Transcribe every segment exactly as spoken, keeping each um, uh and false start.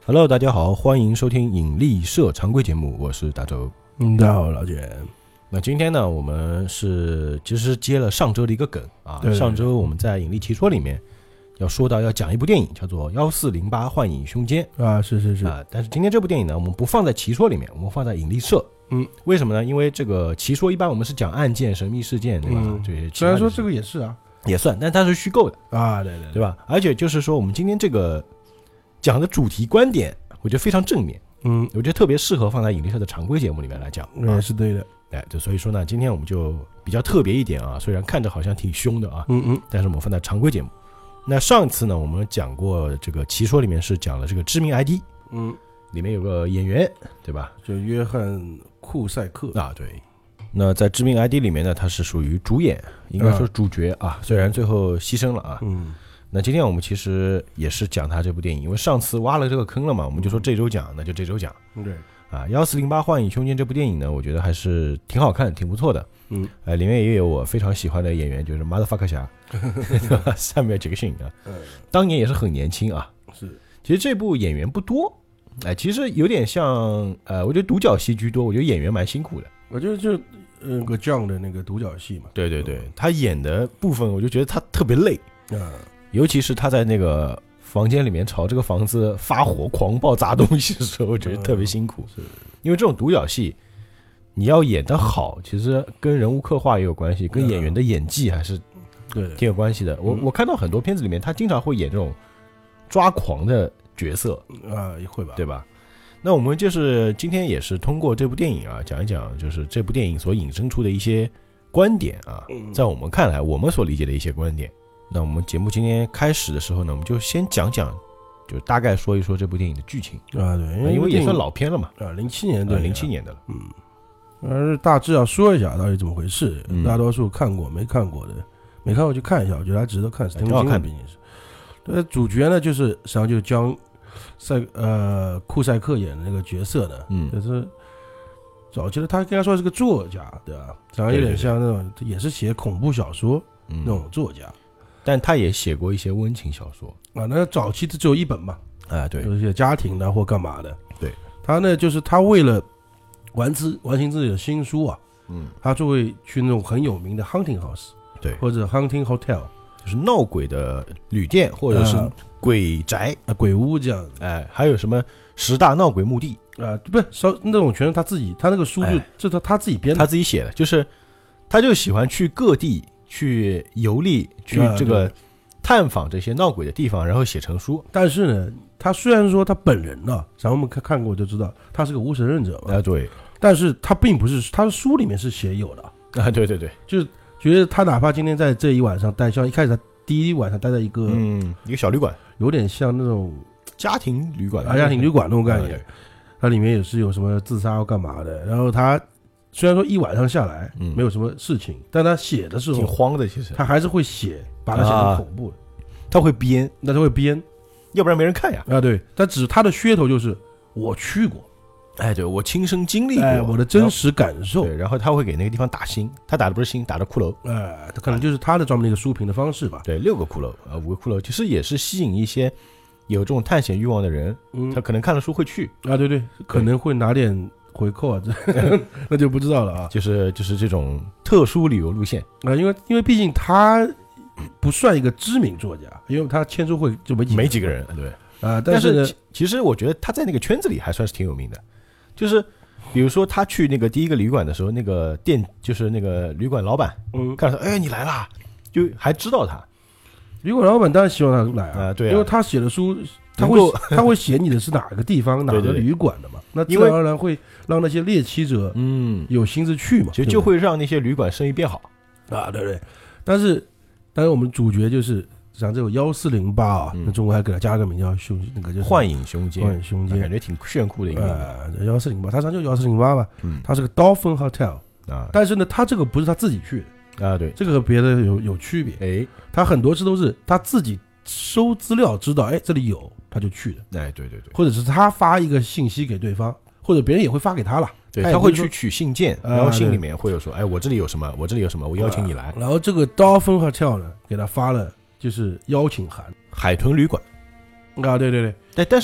Hello， 大家好，欢迎收听引力社常规节目，我是大周。 嗯，大家好，老简。 那今天呢，我们是其实接了上周的一个梗啊。 对对对上周我们在引力奇说里面要说到要讲一部电影，叫做《幺四零八幻影凶间》 啊，是是是啊。但是今天这部电影呢，我们不放在奇说里面，我们放在引力社。 嗯， 为什么呢？因为这个奇说一般我们是讲案件、神秘事件，对吧？ 嗯、 这些虽然说这个也是啊， 也算，但它是虚构的啊，对对对吧？而且就是说，我们今天这个讲的主题观点，我觉得非常正面。 嗯， 我觉得特别适合放在引力社的常规节目里面来讲， 也是对的。 哎，就所以说呢，今天我们就比较特别一点啊，虽然看着好像挺凶的啊， 嗯嗯， 但是我们放在常规节目。那上次呢，我们讲过这个奇说里面是讲了这个知名 I D， 嗯， 里面有个演员，对吧？ 就约翰库塞克啊，对。那在知名 I D 里面呢，他是属于主演，应该说主角啊，虽然最后牺牲了啊。 嗯。 那今天我们其实也是讲他这部电影，因为上次挖了这个坑了嘛，我们就说这周讲，那就这周讲。 对。 啊，幺四零八幻影凶间这部电影呢，我觉得还是挺好看，挺不错的。 嗯， 呃，里面也有我非常喜欢的演员，就是 Motherfucker 侠，萨缪尔·杰克逊啊， 嗯， 当年也是很年轻啊。 是， 其实这部演员不多，哎、呃，其实有点像，呃，我觉得独角戏居多，我觉得演员蛮辛苦的。 我觉得就那个 John 的那个独角戏嘛。 对对对，他演的部分，我就觉得他特别累啊， 尤其是他在那个房间里面朝这个房子发火、狂暴砸东西的时候，我觉得特别辛苦。 是， 因为这种独角戏，你要演得好，其实跟人物刻画也有关系，跟演员的演技还是对挺有关系的。我我看到很多片子里面，他经常会演这种抓狂的角色啊，也会吧， 对吧？那我们就是今天也是通过这部电影啊，讲一讲就是这部电影所引申出的一些观点啊，在我们看来，我们所理解的一些观点。那我们节目今天开始的时候呢，我们就先讲讲，就大概说一说这部电影的剧情啊，对，因为因为也算老片了嘛， 啊，零七年的， 零七年的了， 嗯，而大致要说一下到底怎么回事， 嗯、 大多数看过没看过的，没看过就看一下，我觉得还值得看，是挺好看，毕竟是。呃，主角呢就是实际上就是将塞呃库塞克演的那个角色呢， 嗯， 就是早期的他应该说是个作家，对吧？长得有点像那种，对对对，也是写恐怖小说、嗯、那种作家。 但他也写过一些温情小说啊，那早期只有一本嘛， 啊，对， 有一些家庭的或干嘛的。 对， 他呢就是他为了完自完成自己的新书啊， 嗯， 他就会去那种很有名的 hunting house， 对， 或者 hunting hotel， 就是闹鬼的旅店或者是鬼宅、 啊、鬼屋这样。 哎，还有什么十大闹鬼墓地啊，不是烧那种全是他自己，他那个书就、哎、这他他自己编的， 他自己写的，就是他就喜欢去各地。去游历，去这个探访这些闹鬼的地方，然后写成书。 但是呢，他虽然说他本人呢、啊，咱们看看过就知道他是个无神论者嘛。 啊，对。 但是他并不是，他的书里面是写有的啊，对对对， 就是觉得他哪怕今天在这一晚上待，像一开始他第一晚上待在一个嗯一个小旅馆， 有点像那种家庭旅馆啊，家庭旅馆那种概念。啊、它里面也是有什么自杀或干嘛的，然后他。虽然说一晚上下来没有什么事情，嗯、但他写的时候挺慌的，其实他还是会写，把它写成恐怖的， 啊、他会编， 那他会编， 要不然没人看呀。 啊，对，但只他的噱头就是我去过， 哎，对我亲身经历过， 哎，我的真实感受。 对，然后他会给那个地方打星，他打的不是星，打的骷髅， 哎，他可能就是他的专门的一个书评的方式吧。 对，六个骷髅啊，五个骷髅，其实也是吸引一些有这种探险欲望的人，嗯，他可能看了书会去啊，对对，可能会拿点。回扣啊，这那就不知道了啊。 就是就是这种特殊旅游路线啊，因为因为毕竟他不算一个知名作家，因为他签书会就没几没几个人，对啊。但是呢， 其实我觉得他在那个圈子里还算是挺有名的。就是比如说他去那个第一个旅馆的时候，那个店就是那个旅馆老板，嗯，看到他，哎，你来啦，就还知道他。 旅馆老板当然希望他来啊， 啊对啊， 因为他写的书。他会他会写你的是哪个地方哪个旅馆的嘛？那自然而然会让那些猎奇者嗯有心思去嘛， 其实就会让那些旅馆生意变好啊，对不对？但是但是我们主角就是像这种幺四零八啊，那中国还给他加个名叫凶那个就是幻影凶间， 幻影凶间感觉挺炫酷的一个名字。幺四零八，他上就幺四零八嘛，嗯，他是个 Dolphin Hotel 啊，但是呢，他这个不是他自己去的啊，对， 这个和别的有有区别。 哎， 他很多次都是他自己收资料，知道哎这里有。他就去的， 哎，对对对， 或者是他发一个信息给对方，或者别人也会发给他了， 对，他会去取信件，然后信里面会有说，哎，我这里有什么，我这里有什么，我邀请你来。 然后这个 Dolphin Hotel 呢，给他发了就是邀请函， 海豚旅馆啊，对对对， 但但是我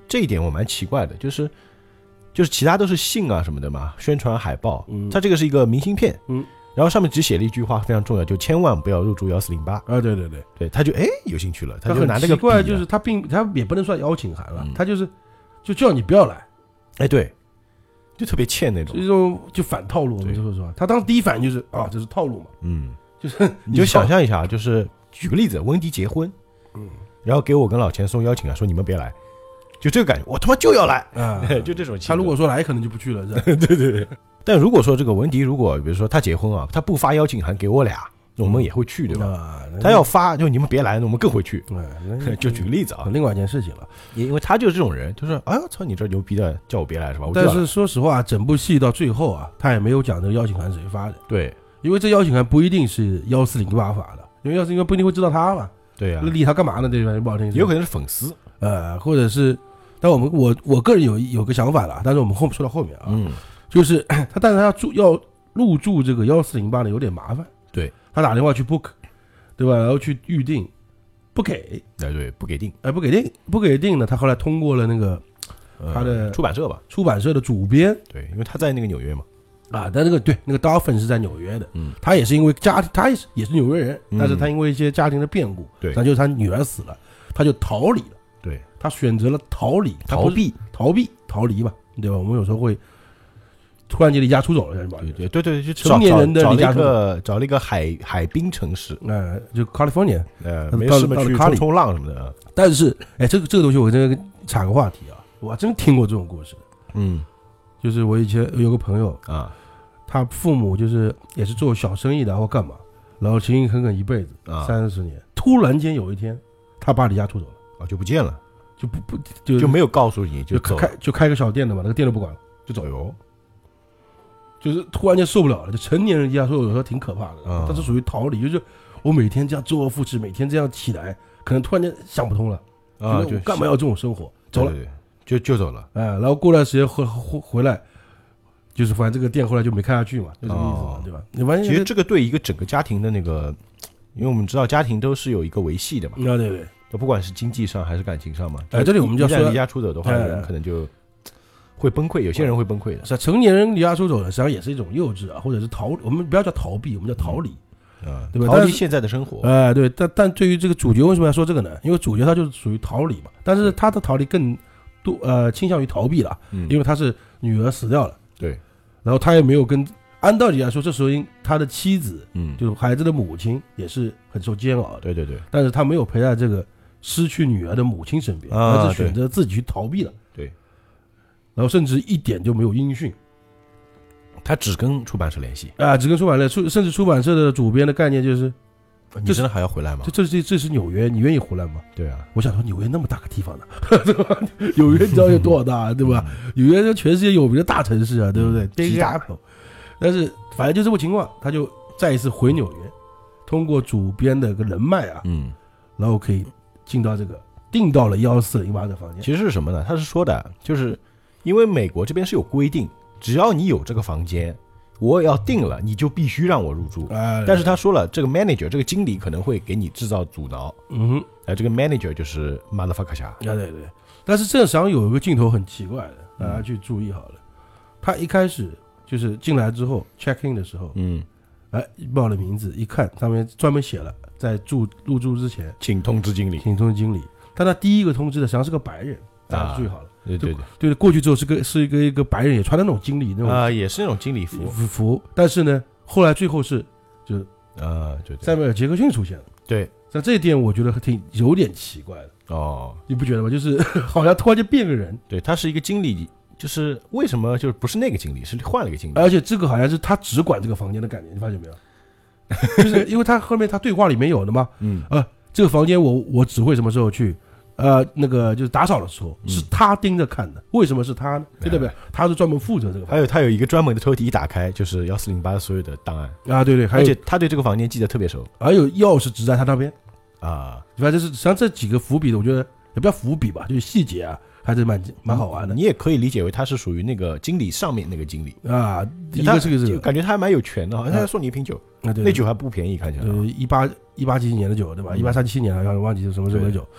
这一点我蛮奇怪的，就是就是其他都是信啊什么的嘛，宣传海报，嗯，它这个是一个明信片，嗯，然后上面只写了一句话非常重要，就千万不要入住幺四零八啊，对对对对，他就哎有兴趣了，他就拿这个、 啊。奇怪就是他并他也不能算邀请函了，嗯、他就是就叫你不要来， 哎对，就特别欠那种， 这种就反套路，我们说实话，他当时第一反应就是啊这是套路嘛， 嗯， 就是你就想象一下，就是举个例子，温迪结婚，嗯，然后给我跟老钱送邀请函，说你们别来。就这个感觉，我他妈就要来啊！就这种。 他如果说来，可能就不去了。 对对对。但如果说这个文迪，如果比如说他结婚啊，他不发邀请函给我俩，我们也会去，对吧？嗯、他要发，就你们别来，那我们更会去。嗯、就举个例子啊， 另外一件事情了。 因为他就是这种人，就是哎呀，操你这牛逼的，叫我别来是吧？ 但是说实话，整部戏到最后啊，他也没有讲这个邀请函谁发的。 对， 因为这邀请函不一定是幺四零八发的，因为幺四零八不一定会知道他嘛。 对呀、啊， 理他干嘛呢？对吧？不好听， 有可能是粉丝， 呃，或者是。但我们我我个人有有个想法了，但是我们后说到后面啊，嗯，就是他，但是他要住要入住这个幺四零八呢，有点麻烦。 对， 他打电话去 book， 对吧？然后去预定，不给， 哎对，不给定， 哎不给定，不给定呢，他后来通过了那个他的、 呃、出版社吧， 出版社的主编， 对，因为他在那个纽约嘛， 啊，但那个对那个 Dolphin 是在纽约的，嗯，他也是因为家庭，他也是也是纽约人，嗯、但是他因为一些家庭的变故， 对， 那就是他女儿死了，他就逃离了。 对， 他选择了逃离， 逃避， 逃避，逃离嘛，对吧？我们有时候会突然间离家出走了，是吧？ 对对对对，就成年人的离家出走，找了一个海海滨城市， 呃，就 California， 呃，没事嘛，去冲冲浪什么的。 但是，哎，这个这个东西我真的插个话题啊，我还真听过这种故事。 嗯， 就是我以前有个朋友啊， 他父母就是也是做小生意的或干嘛，然后勤勤恳恳一辈子啊， 三十年，突然间有一天，他爸离家出走了。 啊，就不见了， 就不不就就没有告诉你就走就开就开个小店的嘛，那个店都不管了，就走哟。 就是突然间受不了了，就成年人家说有时候挺可怕的，嗯、但是属于逃离，就是我每天这样周而复始，每天这样起来，可能突然间想不通了啊， 就干嘛要这种生活？走了， 对对对就就走了， 哎，然后过段时间回回回来，就是反正这个店后来就没开下去嘛，就这个意思嘛， 哦、 对吧？你发现其实这个对一个整个家庭的那个，因为我们知道家庭都是有一个维系的嘛， 啊对对。 不管是经济上还是感情上嘛， 哎，这里我们就要说离家出走的话，人可能就会崩溃，有些人会崩溃的。 是成年人离家出走，实际上也是一种幼稚啊，或者是逃，我们不要叫逃避，我们叫逃离， 啊， 对吧？ 逃离现在的生活。 哎，对，但但对于这个主角为什么要说这个呢？因为主角他就是属于逃离嘛，但是他的逃离更多呃倾向于逃避了，因为他是女儿死掉了， 对， 然后他也没有跟。按道理来说，这时候他的妻子， 嗯， 就是孩子的母亲，也是很受煎熬的。 对对对， 但是他没有陪在这个失去女儿的母亲身边， 啊、 而是选择自己去逃避了。 对， 然后甚至一点就没有音讯， 他只跟出版社联系啊，只跟出版社，出甚至出版社的主编的概念就是， 你真的还要回来吗？ 这这这这是纽约，你愿意回来吗？ 对啊， 我想说纽约那么大个地方呢，对吧？纽约你知道有多少大，对吧？纽约是全世界有名的大城市啊，对不对 ？Big Apple。但是反正就这个情况，他就再一次回纽约，通过主编的个人脉啊， 嗯， 然后可以进到这个订到了幺四零八的房间。 其实是什么呢？他是说的，就是因为美国这边是有规定，只要你有这个房间，我要定了，你就必须让我入住。 哎， 但是他说了，这个 manager 这个经理可能会给你制造阻挠。 嗯哼， 哎，这个 manager 就是 motherfucker 侠。 对对对。但是这实际上有一个镜头很奇怪的，大家去注意好了。嗯、他一开始。就是进来之后 check in 的时候， 嗯， 哎，报了名字，一看上面专门写了，在住入住之前， 请通知经理， 请通知经理。但他第一个通知的实际上是个白人，大家注意好了， 对对对， 对，过去之后是个是一个一个白人，也穿的那种经理那种啊，也是那种经理服服，但是呢，后来最后是就是啊，对， 塞缪尔杰克逊出现了， 对， 在这一点我觉得挺有点奇怪的哦， 你不觉得吗？就是好像突然间变个人， 对他是一个经理。就是为什么就是不是那个经理，是换了一个经理， 而且这个好像是他只管这个房间的感觉，你发现没有？就是因为他后面他对话里面有的嘛， 嗯， 呃，这个房间我我只会什么时候去，呃，那个就是打扫的时候是他盯着看的，为什么是他呢？对不对？他是专门负责这个房间。 还有他有一个专门的抽屉，一打开就是幺四零八所有的档案啊，对对， 而且他对这个房间记得特别熟， 还有钥匙只在他那边啊， 反正是实际上这几个伏笔的，我觉得也不叫伏笔吧，就是细节啊。还是蛮蛮好玩的， 你也可以理解为他是属于那个经理上面那个经理啊，一个是个是感觉他还蛮有权的，好像他送你一瓶酒， 啊对， 那酒还不便宜，看起来， 呃，一八一八几几年的酒对吧？一八三七年好像忘记是什么什么酒，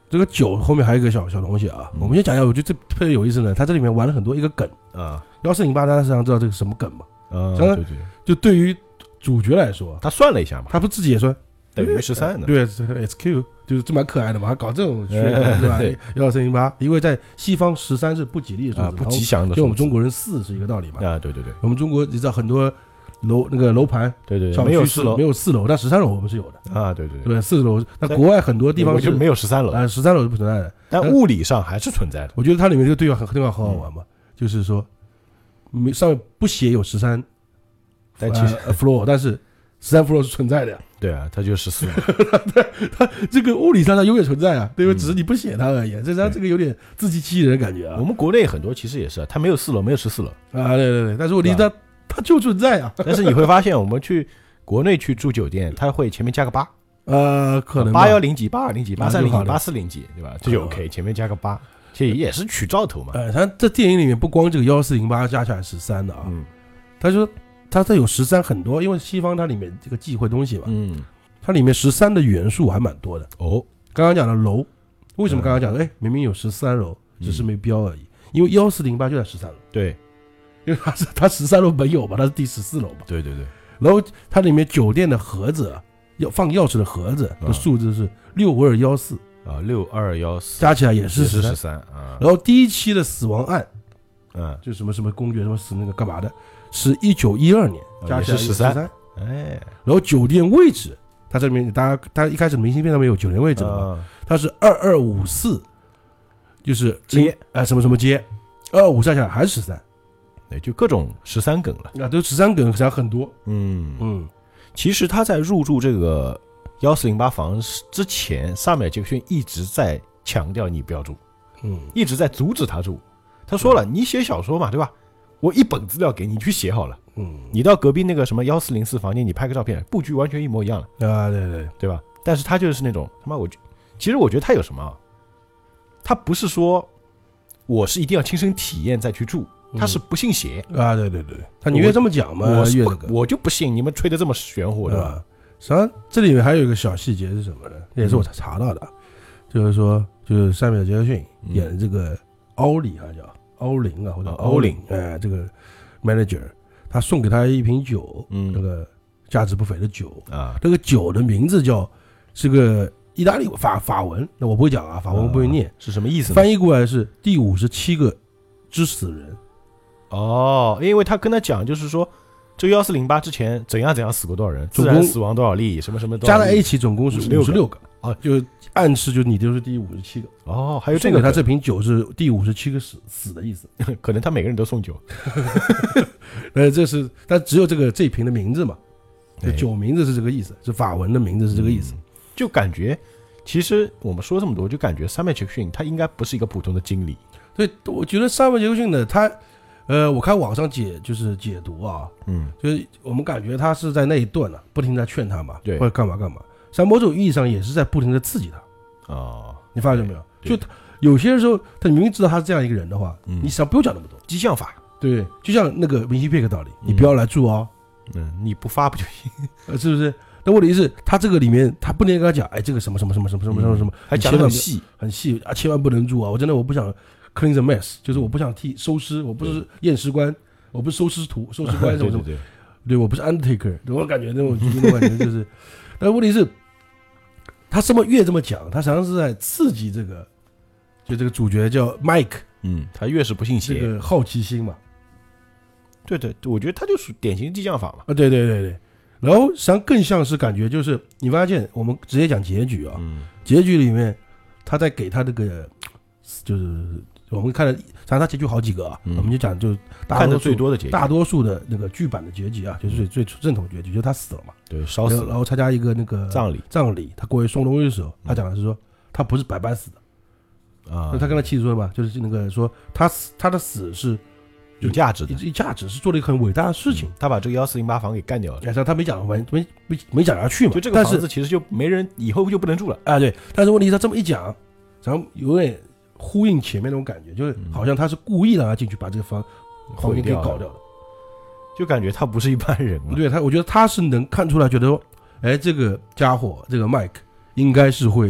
这个酒后面还有一个小小东西啊，我们先讲一下，我觉得这特别有意思呢。它这里面玩了很多一个梗啊， 幺四零八大家实际上知道这个什么梗嘛？ 啊，对对， 就对于主角来说， 他算了一下嘛， 他不自己也算等于十三的， 对 ，S Q 就是这蛮可爱的嘛，还搞这种噱头，对吧？幺四零八，因为在西方十三是不吉利的数字， 不吉祥的， 就我们中国人四是一个道理嘛。 啊，对对对， 我们中国你知道很多楼那个楼盘， 对对， 没有四楼，没有四楼，但十三楼我们是有的啊，对对对，四楼，那国外很多地方就没有十三楼啊，十三楼是不存在的， 但物理上还是存在的。 我觉得它里面这个对话很对话很好玩嘛，就是说，没上面不写有十三， 但其实 floor， 但是十三 floor 是存在的呀。 对啊，它就十四， 它这个物理上它永远存在啊，对吧？只是你不写它而已。这它这个有点自欺欺人的感觉啊。 我们国内很多其实也是，它没有四楼，没有十四楼啊，对对对。但是问题它它就存在啊。 但是你会发现，我们去国内去住酒店，它会前面加个八， 呃，可能八幺零几、八二零几、八三零几、八四零几，对吧？这就 OK，前面加个八，其实也是取兆头嘛。 呃，它这电影里面不光这个幺四零八加起来十三的啊， 嗯， 他说它这有十三很多，因为西方它里面这个忌讳东西嘛， 嗯。 它里面十三的元素还蛮多的哦。 刚刚讲的楼，为什么刚刚讲的？哎，明明有十三楼，只是没标而已。因为幺四零八就在十三楼。 对， 因为它是它十三楼没有嘛，它是第十四楼嘛。 对对对。 然后它里面酒店的盒子，要放钥匙的盒子的数字是六二幺四啊，六二幺四加起来也是十三啊。 然后第一期的死亡案， 嗯， 就什么什么公爵什么死那个干嘛的，是一九一二年，加起来是十三。 哎，然后酒店位置。它这里面，大家，它一开始明信片上面有酒店位置的嘛？嗯、它是二二五四，就是街， 哎、呃，什么什么街，二二五下下来还是十三， 对，就各种十三梗了。 那都十三梗，实际上很多。 嗯嗯， 其实他在入住这个幺四零八房之前，萨米尔·杰克逊一直在强调你不要住， 嗯， 一直在阻止他住。他说了，嗯、你写小说嘛，对吧？我一本资料给你去写好了。 嗯， 你到隔壁那个什么幺四零四房间，你拍个照片，布局完全一模一样了啊，对对对吧？但是他就是那种他妈我，其实我觉得他有什么啊？他不是说我是一定要亲身体验再去住，他是不信邪、 嗯、啊，对对对，他你越这么讲嘛， 我越、 这个、我就不信你们吹得这么玄乎，对吧？ 啊、实际上这里面还有一个小细节是什么呢？也是我才查到的，嗯、就是说，就是塞米尔·杰克逊演的这个奥里啊，叫奥林啊，或者奥林， 哎，这个 manager。他送给他一瓶酒， 嗯， 那个价值不菲的酒啊， 这个酒的名字叫是个意大利法法文，那我不会讲啊，法文我不会念， 啊、是什么意思呢？ 翻译过来是第五十七个之死人。 哦，因为他跟他讲，就是说这个幺四零八之前怎样怎样死过多少人，自然死亡多少例，什么什么多少例， 加在一起总共是五十六个啊， 就暗示就你就是第五十七个。 哦，还有这个， 他这瓶酒是第五十七个死死的意思， 可能他每个人都送酒。 呃，这是，但只有这个这瓶的名字嘛，就酒名字是这个意思，是法文的名字是这个意思， 嗯、就感觉，其实我们说这么多，就感觉萨米尔·杰克逊他应该不是一个普通的经理， 所以我觉得萨米尔·杰克逊呢，他，呃，我看网上解就是解读啊， 嗯， 就是我们感觉他是在那一段啊，不停地在劝他嘛， 对， 或者干嘛干嘛，在某种意义上也是在不停地刺激他， 哦， 你发现没有？就有些时候他明明知道他是这样一个人的话， 嗯、 你实际上不用讲那么多， 激将法。 对，就像那个明信片的道理，你不要来住哦， 嗯，你不发不就行， 呃，是不是？那问题是，他这个里面他不能跟他讲，哎，这个什么什么什么什么什么什么什么， 还讲得很细， 很细啊，千万不能住啊！我真的我不想 clean the mess， 就是我不想替收尸，我不是验尸官，我不是收尸徒、收尸官什么什么， 对对对，我不是 undertaker，我感觉那种那种感觉就是，但问题是，他这么越这么讲，他实际上是在刺激这个，就这个主角叫 Mike， 嗯，他越是不信邪， 这个好奇心嘛。 对对，我觉得他就是典型激将法嘛。 啊，对对对对，然后实际上更像是感觉就是你发现，我们直接讲结局啊， 嗯、 结局里面他在给他这个，就是我们看了，反正他结局好几个啊， 嗯、 我们就讲就大看的最多的结局， 大多数的那个剧版的结局啊，就是最最正统结局，就是他死了嘛， 对，烧死了， 然后参加一个那个葬礼， 葬礼，他过去送东西的时候，他讲的是说他不是白白死的啊， 他跟他妻子说嘛，就是那个说他死他的死是。 有价值的， 有价值是做了一个很伟大的事情。 嗯、他把这个幺四零八房给干掉了， 但是他没讲完，没没没讲下去嘛。 就这个房子其实就没人，以后就不能住了啊。对，但是问题是他这么一讲，然后有点呼应前面那种感觉，就是好像他是故意让他进去把这个房房间给搞掉的， 就感觉他不是一般人了。 对他，我觉得他是能看出来，觉得说，哎，这个家伙，这个 Mike 应该是会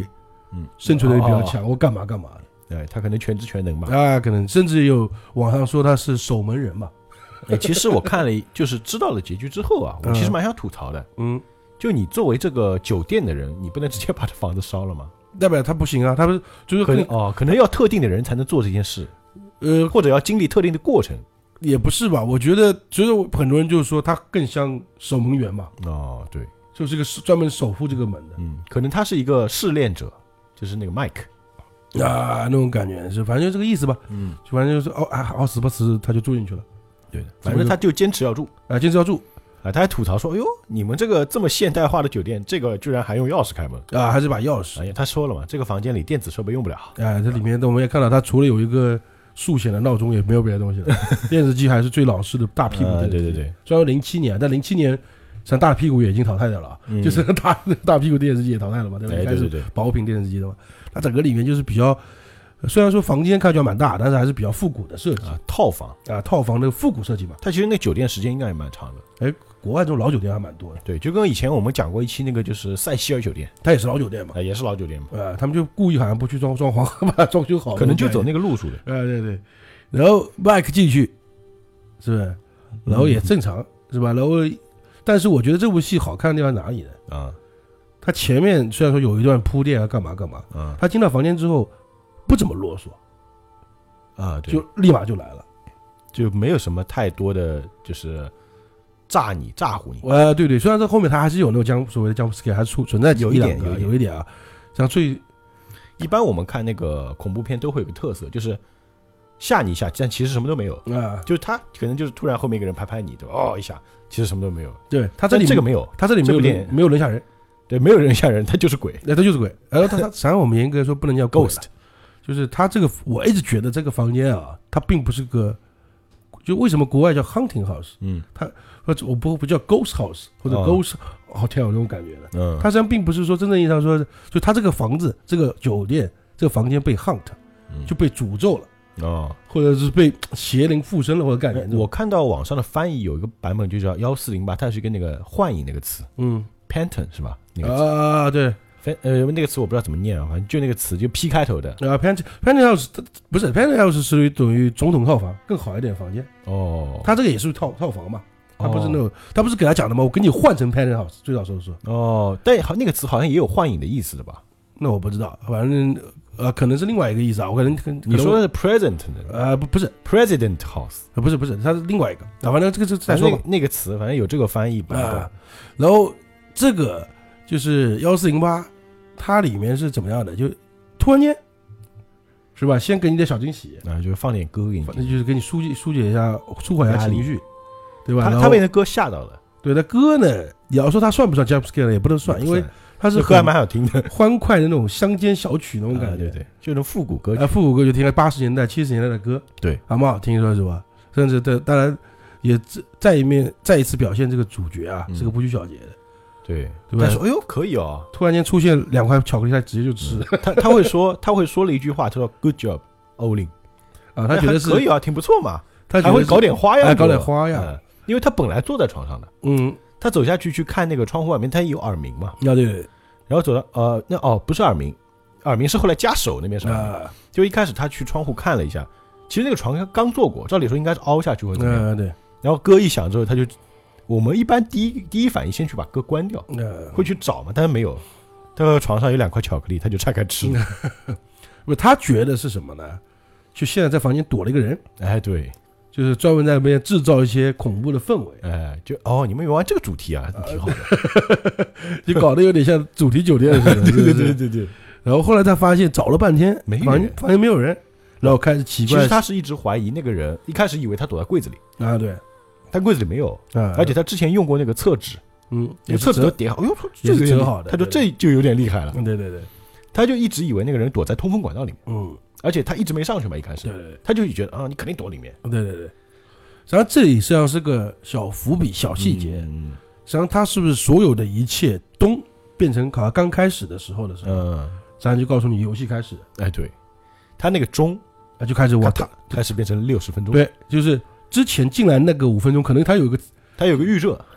嗯， 生存能力比较强，或干嘛干嘛的。 对，他可能全知全能吧。 啊，可能甚至有网上说他是守门人嘛。 哎，其实我看了，就是知道了结局之后啊，我其实蛮想吐槽的。 嗯， 就你作为这个酒店的人，你不能直接把这房子烧了吗？ 代表他不行啊，他不是就是可能哦，可能要特定的人才能做这件事， 呃， 或者要经历特定的过程。 也不是吧？我觉得，所以很多人就是说他更像守门员嘛。 哦，对， 就是个专门守护这个门的。 嗯，可能他是一个试炼者，就是那个麦克。 啊，那种感觉是，反正就这个意思吧。 嗯， 就反正就是哦，啊，好死不死他就住进去了。 对的，反正他就坚持要住啊，坚持要住啊。他还吐槽说：“哎呦，你们这个这么现代化的酒店，这个居然还用钥匙开门啊，还是把钥匙。” 哎呀，他说了嘛，这个房间里电子设备用不了。 啊，这里面我们也看到，他除了有一个数显的闹钟，也没有别的东西了。电视机还是最老式的大屁股的、 啊。对对对， 虽然零七年，但零七年像大屁股也已经淘汰掉了，嗯、就是大大屁股电视机也淘汰了嘛，对吧？ 对对对， 保护屏电视机的嘛。它整个里面就是比较。虽然说房间看起来蛮大，但是还是比较复古的设计啊，套房啊，套房的复古设计嘛。 它其实那酒店时间应该也蛮长的。 哎，国外这种老酒店还蛮多的。 对，就跟以前我们讲过一期那个就是塞西尔酒店， 它也是老酒店嘛， 啊，也是老酒店嘛。 啊，他们就故意好像不去装装潢，把它装修好， 可能就走那个路数的。 啊，对对。然后麦克进去，是不是？然后也正常，嗯、是吧？然后，但是我觉得这部戏好看的地方哪里呢？啊，他前面虽然说有一段铺垫啊，干嘛干嘛，啊，他进到房间之后不怎么啰嗦。 啊，对， 就立马就来了， 就没有什么太多的就是炸你炸唬你。 呃，对对，虽然在后面他还是有那种江所谓的江 scare 还是出存在有一点有有一点啊，像最一般我们看那个恐怖片都会有个特色，就是吓你一下，但其实什么都没有啊，就是他可能就是突然后面一个人拍拍你，对吧？哦一下，其实什么都没有。 对他这里这个没有， 他这里没有人没有人吓人， 对，没有人吓人，他就是鬼， 那他就是鬼。然后他实际上我们严格说不能叫 ghost。就是他这个，我一直觉得这个房间啊，它并不是个，就为什么国外叫 hunting house，嗯，它或者我不不叫 ghost house 或者 ghost hotel 这种感觉的，嗯，它实际上并不是说真正意义上说，就它这个房子、这个酒店、这个房间被 hunt，就被诅咒了，哦，或者是被邪灵附身了或者干点。 我看到网上的翻译有一个版本就叫幺四零八，它是跟那个幻影那个词，嗯 ，Phantom 是吧？那个词啊，对。 呃，那个词我不知道怎么念啊，反正就那个词就 P 开头的啊 ，Phantom Phantom House 不是 Phantom House 是属于等于总统套房更好一点房间哦，他这个也是套套房嘛，他不是那种、哦、他不是给他讲的吗？我给你换成 Phantom House， 最早时候说哦，但好那个词好像也有幻影的意思的吧？ 那我不知道，反正呃可能是另外一个意思啊，我可能你说的是 President 的呃不不是 President House， 不是不是，它是另外一个啊，反正这个是再说吧、 那个。那个词反正有这个翻译版本、啊， 然后这个就是幺四零八。它里面是怎么样的？就突然间，是吧？先给你点小惊喜啊，就放点歌给你， 那就是给你疏解疏解一下、舒缓一下情绪，对吧？ 他他被那歌吓到了。 对，那歌呢？你要说它算不算 jump scare 也不能算，因为它是歌还蛮好听的， 欢快的那种乡间小曲那种感觉， 对对，就那种复古歌曲。 啊，复古歌就听了八十年代、七十年代的歌， 对， 还蛮好听，说是吧？甚至的，当然也再一面再一次表现这个主角啊，是个不拘小节的。 对，他说：“哎呦，可以哦！” 突然间出现两块巧克力，他直接就吃。 嗯、他他会说，他会说了一句话，他说 ：“Good job, Olin。” 啊，他觉得是可以啊，挺不错嘛。 他还会搞点花样， 哎、搞点花样、 嗯，因为他本来坐在床上的，嗯，他走下去去看那个窗户外面，他有耳鸣嘛， 啊对， 然后走到呃，那哦不是耳鸣，耳鸣是后来加手那边是吧、啊？就一开始他去窗户看了一下，其实那个床刚坐过，照理说应该是凹下去或者怎么样， 啊对， 然后歌一响之后，他就。我们一般第一第一反应先去把歌关掉，呃、会去找嘛，但是没有。他床上有两块巧克力，他就拆开吃。 不，他觉得是什么呢？就现在在房间躲了一个人， 哎，对， 就是专门在那边制造一些恐怖的氛围。 哎，就哦，你们有玩这个主题啊，挺好的， 就搞得有点像主题酒店似的。 对对对对对。 然后后来他发现找了半天， 没房间房间没有人，然后开始奇怪。 其实他是一直怀疑那个人，一开始以为他躲在柜子里啊，对。 但柜子里没有，啊、而且他之前用过那个厕纸，嗯，那个厕纸都叠好，哎呦， 这个折好的， 他说这就有点厉害了， 对对对， 他就一直以为那个人躲在通风管道里面，嗯，而且他一直没上去嘛，一开始， 对对对， 他就觉得啊，你肯定躲里面， 对对对，实际上这里实际上是个小伏笔、小细节，嗯，实际上他是不是所有的一切都变成好像刚开始的时候的时候，嗯，实际上就告诉你游戏开始， 哎，对，他那个钟啊就开始往开始变成六十分钟， 对，就是。之前进来那个五分钟，可能他有一个他有个预热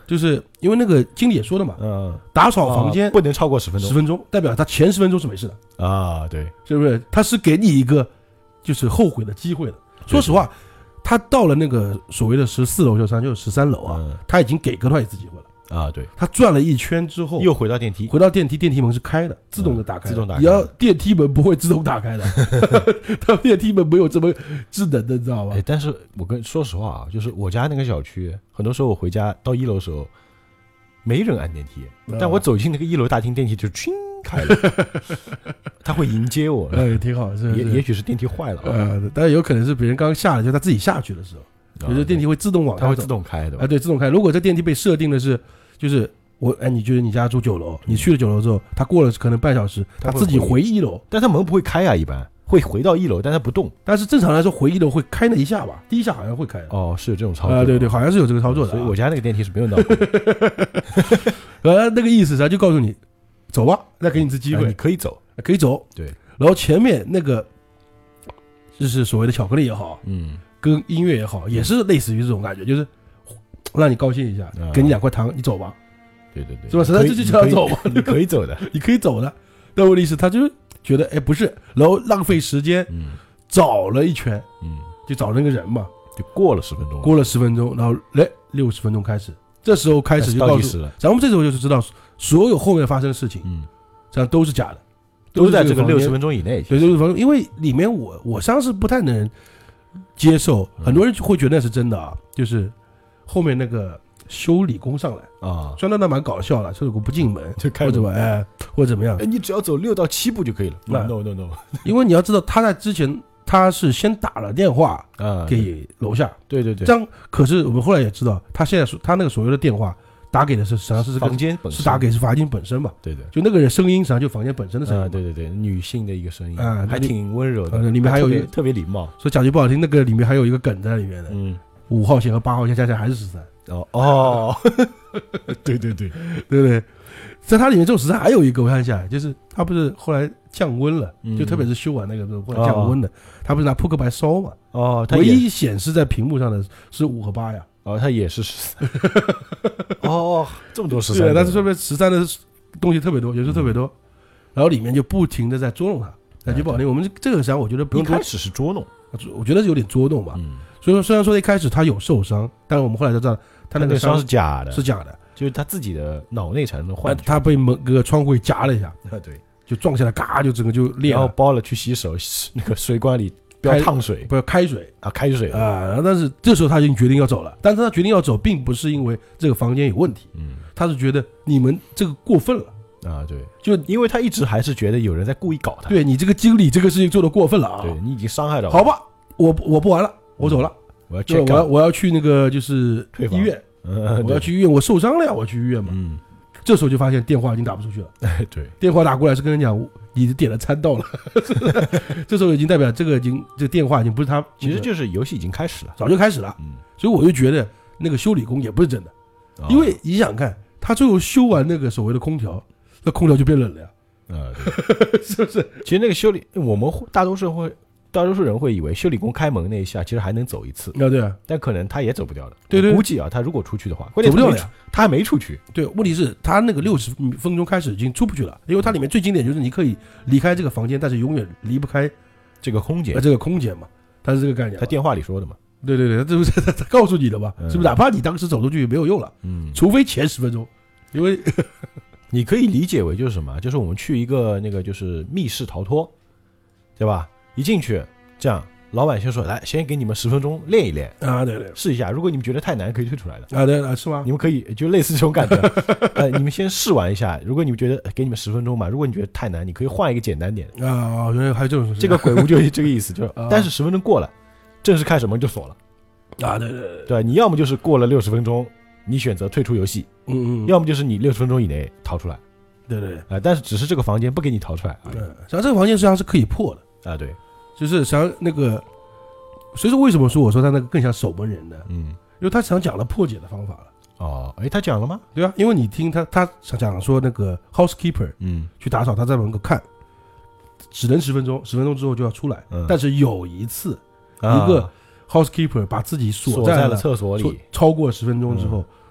就是因为那个经理也说了嘛， 嗯， 打扫房间不能超过十分钟， 十分钟，代表他前十分钟是没事的啊，对， 是不是？他是给你一个就是后悔的机会的。说实话，他到了那个所谓的十四楼，就上就是十三楼啊，嗯、他已经给过他一次机会了。 啊，对， 他转了一圈之后， 又回到电梯， 回到电梯，电梯门是开的，自动的打开、嗯， 自动打开。 你要电梯门不会自动打开的，他电梯门没有这么智能的，你知道吗？ 哎，但是我跟说实话啊，就是我家那个小区，很多时候我回家到一楼的时候，没人按电梯，嗯、但我走进那个一楼大厅，电梯就唰开了，他会迎接我， 哎，挺好，是也也许是电梯坏了， 呃，但有可能是别人刚下来，就他自己下去的时候，有时候电梯会自动往， 它会自动开的， 啊，对，自动开。如果这电梯被设定的是，就是我，哎，你觉得你家住九楼，你去了九楼之后，他过了可能半小时，他自己回一楼， 但他门不会开啊，一般会回到一楼，但他不动。 但是正常来说，回一楼会开那一下吧，第一下好像会开。 哦，是有这种操作啊，对对，好像是有这个操作的。 所以我家那个电梯是没有闹过。 呃，那个意思他就告诉你，走吧，再给你一次机会， 你可以走， 可以走。 对， 然后前面那个就是所谓的巧克力也好， 嗯， 跟音乐也好，也是类似于这种感觉，就是让你高兴一下，给你两块糖，你走吧。 对对对， 是吧？实在这就叫走嘛， 你可以走的， 你可以走的。但问题是，他就觉得，哎，不是，然后浪费时间， 嗯， 找了一圈， 嗯， 就找那个人嘛， 就过了十分钟， 过了十分钟，然后来六十分钟开始，这时候开始就告诉了，咱们这时候就是知道所有后面发生的事情， 嗯， 这样都是假的， 都在这个六十分钟以内。 对，六十分钟，因为里面我我实际上是不太能接受，很多人会觉得那是真的啊，就是后面那个。修理工上来啊， 虽然那蛮搞笑的，修理工不进门就开或者吧，哎，或者怎么样？ 哎，你只要走六到七步就可以了。No no no， 因为你要知道，他在之前他是先打了电话啊给楼下， 对对对。 这样，可是我们后来也知道，他现在说他那个所谓的电话打给的是实际上是房间本身， 是打给是房间本身嘛？ 对对， 就那个人声音实际上就房间本身的声音。 对对对，女性的一个声音啊， 还挺温柔的， 里面还有一个特别礼貌。 所以讲句不好听，那个里面还有一个梗在里面的。 嗯， 五号线和八号线加起来还是十三。 哦哦，对对对， 对不对？在它里面这种十三还有一个，我看一下，就是它不是后来降温了， 嗯、 就特别是修完那个之后后来降温的，它、哦、不是拿扑克牌烧嘛？ 哦， 唯一显示在屏幕上的是五和八呀。 哦，它也是十三。哦，这么多十三。 对，但是说明十三的东西特别多，元素特别多，嗯、然后里面就不停的在捉弄它。感觉不好听，我们这个实际上我觉得不用多， 一开始是捉弄， 我觉得是有点捉弄吧。 嗯， 所以说虽然说一开始他有受伤，但是我们后来才知道他那个伤是假的， 是假的， 就是他自己的脑内产生的幻觉。 他被门个窗户夹了一下， 啊对， 就撞下来，嘎就整个就裂了， 然后包了去洗手，那个水管里不要烫水， 不要开水啊，开水啊。但是这时候他已经决定要走了，但是他决定要走，并不是因为这个房间有问题， 嗯，他是觉得你们这个过分了。 啊，对， 就因为他一直还是觉得有人在故意搞他。 对你这个经理这个事情做的过分了啊！ 对你已经伤害到我。 好吧，我我不玩了，我走了。 我要去， 我要我要去那个就是医院， 嗯， 我要去医院，我受伤了呀，我要去医院嘛。 嗯， 这时候就发现电话已经打不出去了。 哎，对， 电话打过来是跟人讲你点的餐到了，这时候已经代表这个已经这个电话已经不是他， 其实就是游戏已经开始了， 早就开始了。嗯，所以我就觉得那个修理工也不是真的，因为你想看他最后修完那个所谓的空调。那空调就变冷了呀， 啊、 呃，是不是？ 其实那个修理，我们大多数会，大多数人会以为修理工开门那一下，其实还能走一次， 啊，对啊， 但可能他也走不掉的。 对 对, 对， 估计啊，他如果出去的话， 走不掉了呀， 他还没出去。 对，问题是，他那个六十分钟开始已经出不去了，因为它里面最经典就是你可以离开这个房间，但是永远离不开这个空间， 这个空间嘛，它是这个概念。 他电话里说的嘛。 对对对，这不是他告诉你的嘛？嗯、是不是？哪怕你当时走出去也没有用了，嗯，除非前十分钟，因为。 你可以理解为就是什么？就是我们去一个那个就是密室逃脱，对吧？一进去，这样老板先说，来，先给你们十分钟练一练啊，对对， 试一下。如果你们觉得太难，可以退出来的啊，对啊，是吗？ 你们可以就类似这种感觉，呃，你们先试玩一下。如果你们觉得给你们十分钟嘛，如果你觉得太难，你可以换一个简单点啊。原来还有这种， 这个鬼屋就是这个意思，就是、啊、但是十分钟过了，正式开始门就锁了啊，对对对， 对，你要么就是过了六十分钟，你选择退出游戏， 嗯嗯， 要么就是你六十分钟以内逃出来。 对对， 啊、呃，但是只是这个房间不给你逃出来。 对，实际上这个房间实际上是可以破的啊，对， 就是实际上那个，所以说为什么说我说他那个更像守门人呢？ 嗯， 因为他想讲了破解的方法了。 哦，哎，他讲了吗？ 对啊，因为你听他他想讲说那个 housekeeper， 嗯， 去打扫，他在门口看，只能十分钟，十分钟之后就要出来。嗯，但是有一次，一个 housekeeper 把自己锁在了厕所里， 超过十分钟之后。嗯，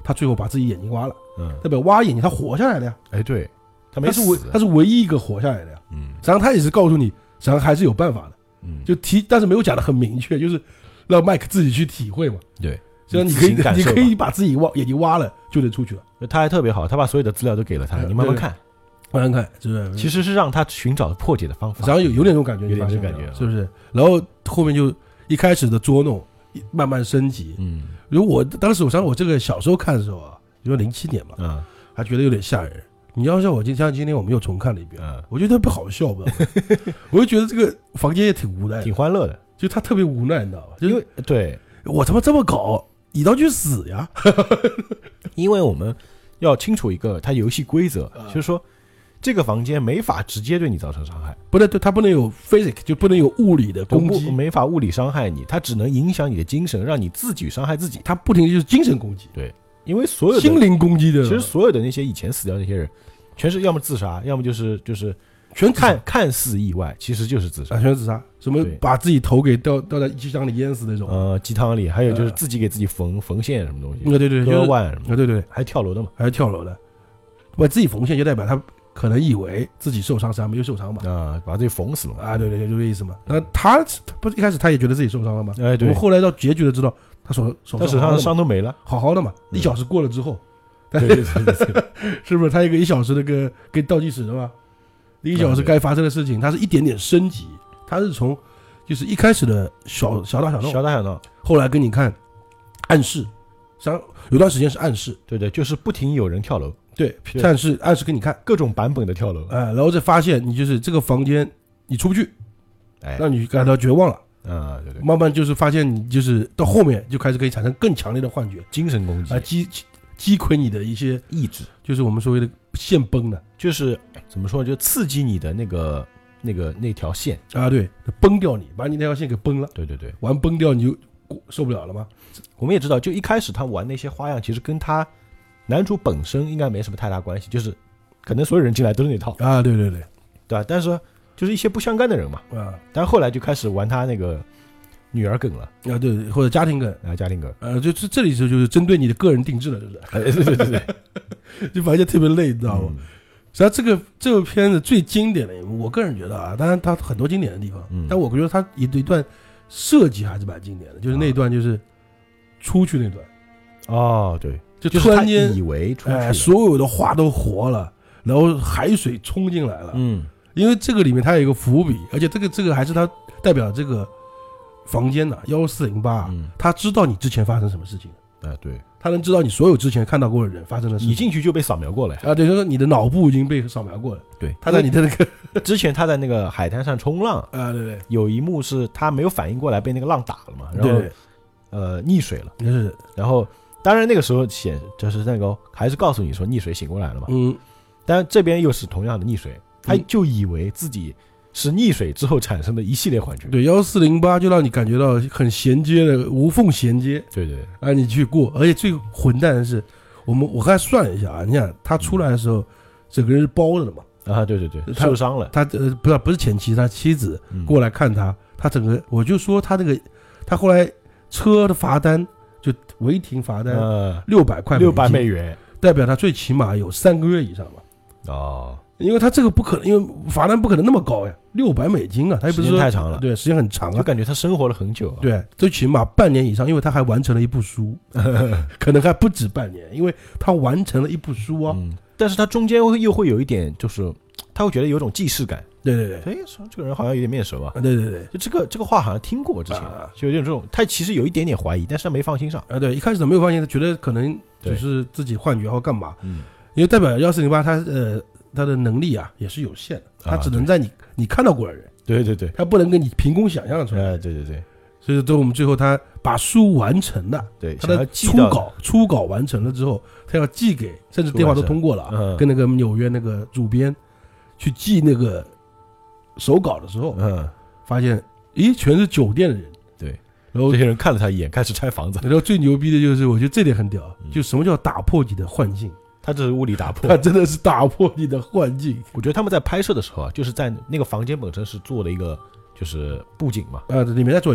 他最后把自己眼睛挖了， 嗯， 代表挖眼睛他活下来了呀。 哎，对，他没他是唯死， 他是唯一一个活下来的呀。 嗯实际上他也是告诉你，实际上还是有办法的， 嗯， 就提，但是没有讲的很明确，就是让麦克自己去体会嘛。 对， 实际上你可以自行感受吧你可以把自己挖眼睛挖了就能出去了。 他还特别好，他把所有的资料都给了他， 嗯你慢慢看， 慢慢看，是不是？ 其实是让他寻找破解的方法， 实际上有有点这种感觉， 有点你发现这种感觉啊没有是不是？然后后面就一开始的捉弄，慢慢升级。 嗯如果我当时我想我这个小时候看的时候啊，因为零七年嘛， 嗯还觉得有点吓人。你要像我今像今天我们又重看了一遍， 嗯， 我觉得不好笑，不知道为什么我就觉得这个房间也挺无奈的， 挺欢乐的， 就他特别无奈，你知道吧？就因是为对， 我他妈这么搞，你倒去死呀！ 因为我们要清楚一个它游戏规则， 啊就是说这个房间没法直接对你造成伤害， 不能对，他不能有 physic， 就不能有物理的攻不击， 没法物理伤害你，它只能影响你的精神，让你自己伤害自己。 他不停地就是精神攻击， 因为所有的心灵攻击的， 其实所有的那些以前死掉那些人，全是要么自杀，要么就是就是全看看似意外，其实就是自杀啊，。全是自杀，什么对把自己头给掉掉在鸡缸里淹死那种， 呃，鸡汤里，还有就是自己给自己缝缝线什么东西， 啊对对，就是割腕什么的， 啊对对对， 还跳楼的嘛。 还是跳楼的，把自己缝线就代表他可能以为自己受伤，实际上没有受伤嘛， 啊，把自己缝死了嘛。 啊对对对，就这个意思嘛。那他他不一开始他也觉得自己受伤了吗？ 哎，对我们，后来到结局了知道他手手他手上的好好的嘛伤都没了。 好好的嘛， 嗯一小时过了之后， 对对对对对， 是不是他一个一小时那个跟倒计时的嘛？一小时该发生的事情，他是一点点升级，他是从就是一开始的小小打小闹， 小打小闹， 后来跟你看暗示，实际上有段时间是暗示， 对对，就是不停有人跳楼， 对， 对暗示暗示给你看， 各种版本的跳楼。 哎、然后再发现你就是这个房间你出不去， 哎， 让你感到绝望了， 啊，对对， 慢慢就是发现你就是到后面就开始可以产生更强烈的幻觉， 精神攻击啊，击击击溃你的一些， 意志， 就是我们所谓的线崩的就是怎么说，就刺激你的那个那个那条线。 啊，对，崩掉你，把你那条线给崩了， 对对对， 完崩掉你就受不了了吗？ 我们也知道，就一开始他玩那些花样，其实跟他男主本身应该没什么太大关系，就是可能所有人进来都是那套， 啊，对对对， 对吧？但是就是一些不相干的人嘛。 啊但是后来就开始玩他那个女儿梗了， 啊对，或者家庭梗， 啊，家庭梗。 呃，就这这里就就是针对你的个人定制了，是不是？ 哎，对对对对， 就反正特别累，你知道吗？ 嗯实际上，这个这个片子最经典的一幕，我个人觉得啊，当然它很多经典的地方， 嗯但我觉得它一一段设计还是蛮经典的，就是那一段就是出去那段， 哦，对， 就就是他突然间以为出去哎， 了， 所有的花都活了，然后海水冲进来了， 嗯， 因为这个里面它有一个伏笔，而且这个这个还是它代表这个房间的幺四零八， 嗯他知道你之前发生什么事情， 哎，对， 他能知道你所有之前看到过的人发生的事情， 你进去就被扫描过了呀。 啊，对，就是你的脑部已经被扫描过了， 对， 他在你的那个之前他在那个海滩上冲浪， 啊，对对有一幕是他没有反应过来，被那个浪打了嘛，然后对对， 呃溺水了， 就是然后当然那个时候显就是那个还是告诉你说溺水醒过来了嘛， 嗯， 但这边又是同样的溺水，他嗯就以为自己是溺水之后产生的一系列幻觉。 对，幺四零八就让你感觉到很衔接的无缝衔接， 对对， 让你去过，而且最混蛋的是，我们我刚才算了一下啊，你看他出来的时候，整个人是包着的嘛， 啊对对对， 他受伤了， 他呃不是不是前妻，他妻子嗯过来看他，他整个我就说他那个他后来车的罚单就违停罚单呃六百块六百美元， 元代表他最起码有三个月以上嘛。 哦， 因为他这个不可能，因为罚单不可能那么高呀，六百美金啊，他又不是时说间太长了对，时间很长啊， 就感觉他生活了很久啊。 对，最起码半年以上，因为他还完成了一部书，可能还不止半年，因为他完成了一部书啊。 嗯，但是他中间会又会有一点，就是他会觉得有种既视感， 对对对， 哎，说这个人好像有点面熟啊， 啊对对对， 就这个这个话好像听过之前啊， 就有点这种，他其实有一点点怀疑，但是他没放心上。 啊对，一开始他没有发现，他觉得可能只对是自己幻觉或干嘛， 嗯， 因为代表幺四零八他呃他的能力啊也是有限的，他啊只能在你你看到过的人， 对对对， 他不能跟你凭空想象出来。 哎，对对对所以说，我们最后他把书完成了。 对， 他的想要寄到初稿初稿完成了之后，他要寄给，甚至电话都通过了啊， 嗯跟那个纽约那个主编去寄那个手稿的时候， 嗯， 发现咦，全是酒店的人。 对， 然后这些人看了他一眼，开始拆房子， 然后最牛逼的就是，我觉得这点很屌， 嗯就什么叫打破你的幻境？ 他这是物理打破他。真的是打破你的幻境我觉得他们在拍摄的时候啊，就是在那个房间本身是做了一个就是布景嘛， 啊！里面再做一个嘛，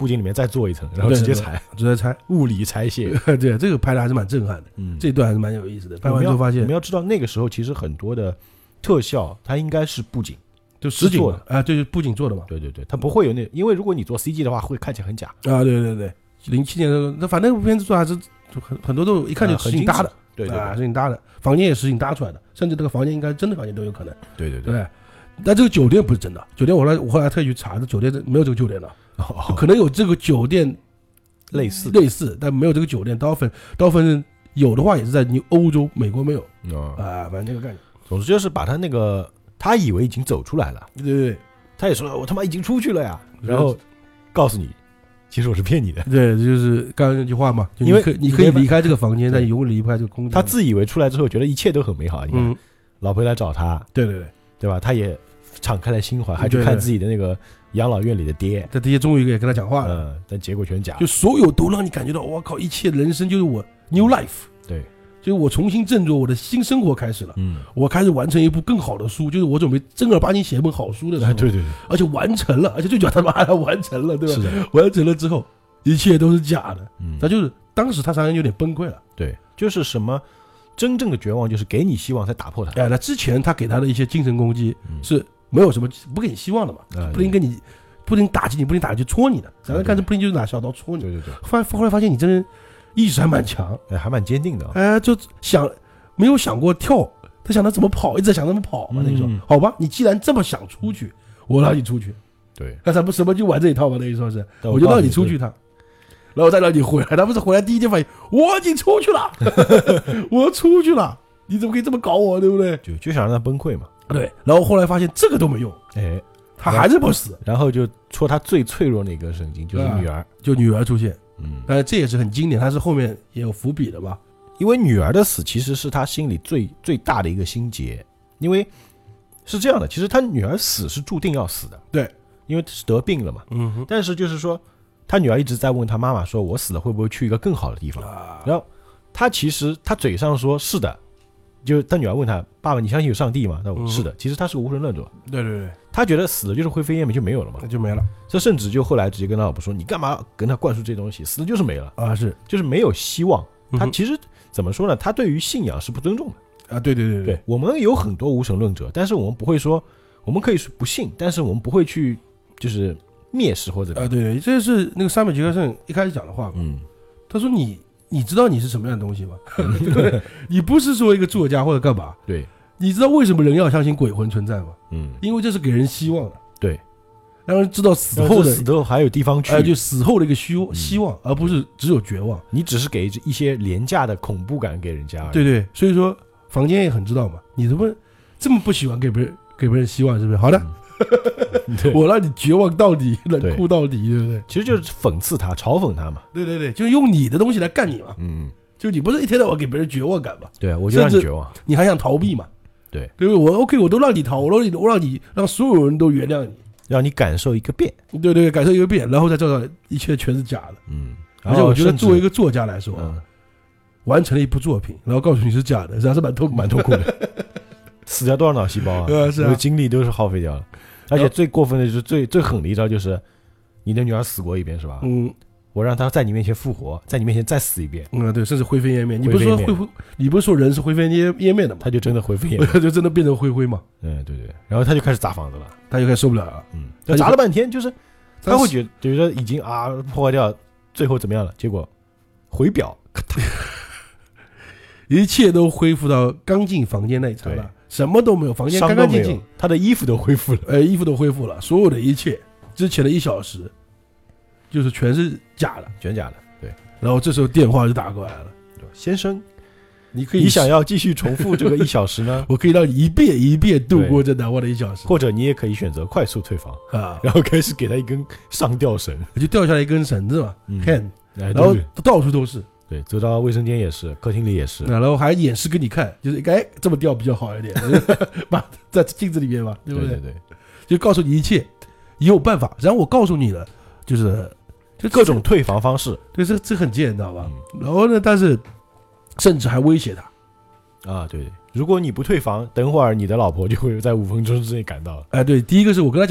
布景里面再做一层，然后直接拆， 直接拆， 物理拆卸。 对，这个拍的还是蛮震撼的， 嗯， 这段还是蛮有意思的。拍完之后发现， 我们要知道那个时候其实很多的特效它应该是布景， 就实景做的啊，就是布景做的嘛。 对对对，它不会有那，因为如果你做 C G 的话，会看起来很假啊。对对对，零七年的那反正那部片子做还是很很多都一看就实景搭的， 对对啊，实景搭的，房间也实景搭出来的，甚至这个房间应该真的房间都有可能。 对对对。 对，但这个酒店不是真的，酒店我后来我后来特意去查，这酒店没有这个酒店的， 哦、 可能有这个酒店类似类似，但没有这个酒店。刀分刀分有的话也是在欧洲，美国没有啊、 哦呃，反正这个概念。 总之就是把他那个他以为已经走出来了， 对对对， 他也说我他妈已经出去了呀，然后告诉你，其实我是骗你的。 对，就是刚刚那句话嘛，就因为你可以离开这个房间，但永远离不开这个空间。 他自以为出来之后觉得一切都很美好，你看，嗯、老婆来找他， 对对对， 对吧？他也敞开了心怀，还去看自己的那个养老院里的爹， 这爹终于也跟他讲话了， 嗯，但结果全假， 就所有都让你感觉到，我靠，一切人生就是我 new life， 对， 就是我重新振作，我的新生活开始了， 嗯， 我开始完成一部更好的书，就是我准备正儿八经写一本好书的时候， 对对对， 而且完成了，而且最主要他妈的完成了，对吧？ 是的， 完成了之后，一切都是假的， 嗯， 他就是当时他常常有点崩溃了， 对，就是什么真正的绝望，就是给你希望才打破它。 哎，那之前他给他的一些精神攻击是没有什么不给你希望的嘛， 嗯、 不能跟你。不能打击你，不能打击戳你的，咱们看这不能就是拿小刀戳你。 对对对。 后来后来发现你这人意识还蛮强， 哎，还蛮坚定的、啊。 哎，就想没有想过跳，他想他怎么跑，一直在想怎么跑嘛。那个时候，好吧，你既然这么想出去，我让你出去。 对。 那咱们什么就玩这一套吧？那个时候是，我就让你出去一趟，然后再让你回来。他不是回来第一件反应，我已经出去了，我出去了，你怎么可以这么搞我，对不对？ 就就想让他崩溃嘛。 对。然后后来发现这个都没用， 哎。 他还是不死， 然后就戳他最脆弱的一个神经，就是女儿， 就女儿出现， 嗯， 但是这也是很经典，他是后面也有伏笔的吧？ 因为女儿的死其实是他心里最最大的一个心结，因为是这样的，其实他女儿死是注定要死的， 对， 因为是得病了嘛， 嗯哼， 但是就是说，他女儿一直在问他妈妈说，我死了会不会去一个更好的地方？ 啊、 然后他其实他嘴上说是的。就他女儿问他爸爸你相信有上帝吗？他说是的，其实他是个无神论者。 对对对， 他觉得死了就是灰飞烟灭就没有了嘛， 就没了。 这甚至就后来直接跟他老婆说，你干嘛跟他灌输这东西？死了就是没了啊，是就是没有希望。他其实怎么说呢？他对于信仰是不尊重的啊。对对对对，我们有很多无神论者，但是我们不会说，我们可以不信，但是我们不会去就是蔑视或者啊。对对，这是那个山本杰克森一开始讲的话嘛。 嗯， 他说你。你知道你是什么样的东西吗？对，你不是说一个作家或者干嘛？ 对， 你知道为什么人要相信鬼魂存在吗？ 嗯， 因为这是给人希望的。 对， 让人知道死后的死后还有地方去， 哎，就死后的一个希希望，而不是只有绝望。 你只是给一些廉价的恐怖感给人家而已。 对对，所以说房间也很知道嘛。你怎么这么不喜欢给别人给别人希望？是不是？好的。嗯我让你绝望到底，冷酷到底，对不对？ 其实就是讽刺他、嘲讽他嘛。 对对对，就用你的东西来干你嘛。 嗯， 就你不是一天到晚给别人绝望感嘛？ 对啊，我就让你绝望， 你还想逃避嘛？ 对， 对不对？我 OK， 我都让你逃，我让你，我让你让所有人都原谅你， 让你感受一个遍。 对对，感受一个遍，然后再知道一切全是假的。 嗯， 而且我觉得作为一个作家来说， 嗯， 完成了一部作品，然后告诉你是假的，实际上是蛮痛苦、 蛮痛苦的。死掉多少脑细胞啊？ 呃，是啊， 精力都是耗费掉了。而且最过分的就是最最狠的一招，就是你的女儿死过一遍是吧？ 嗯， 我让她在你面前复活，在你面前再死一遍。 嗯，对，甚至灰飞烟灭。你不是说灰灰？你不是说人是灰飞烟烟灭的吗？ 他就真的灰飞烟灭， 就真的变成灰灰嘛。 嗯，对对。然后他就开始砸房子了， 他就开始受不了了。 嗯，他砸了半天，就是他会觉得觉得已经啊破坏掉，最后怎么样了？结果回表， 一切都恢复到刚进房间那一刹那。什么都没有，房间干干净净， 他的衣服都恢复了， 呃，衣服都恢复了，所有的一切，之前的一小时，就是全是假的， 全假的，对。 然后这时候电话就打过来了， 先生， 你可以， 你想要继续重复这个一小时呢？ 我可以让你一遍一遍度过这难忘的一小时， 或者你也可以选择快速退房啊， 然后开始给他一根上吊绳， 就掉下来一根绳子嘛， 嗯、 看， 然后到处都是。 对，走到卫生间也是，客厅里也是， 然后还演示给你看，就是哎这么吊比较好一点，把在镜子里面嘛，对不对？ 对对对， 就告诉你一切，也有办法。然后我告诉你了，就是就各种退房方式， 对，这这很贱，你知道吧？嗯、然后呢，但是甚至还威胁他啊，对，如果你不退房，等会儿你的老婆就会在五分钟之内赶到了。 哎，对，第一个是我跟他讲了，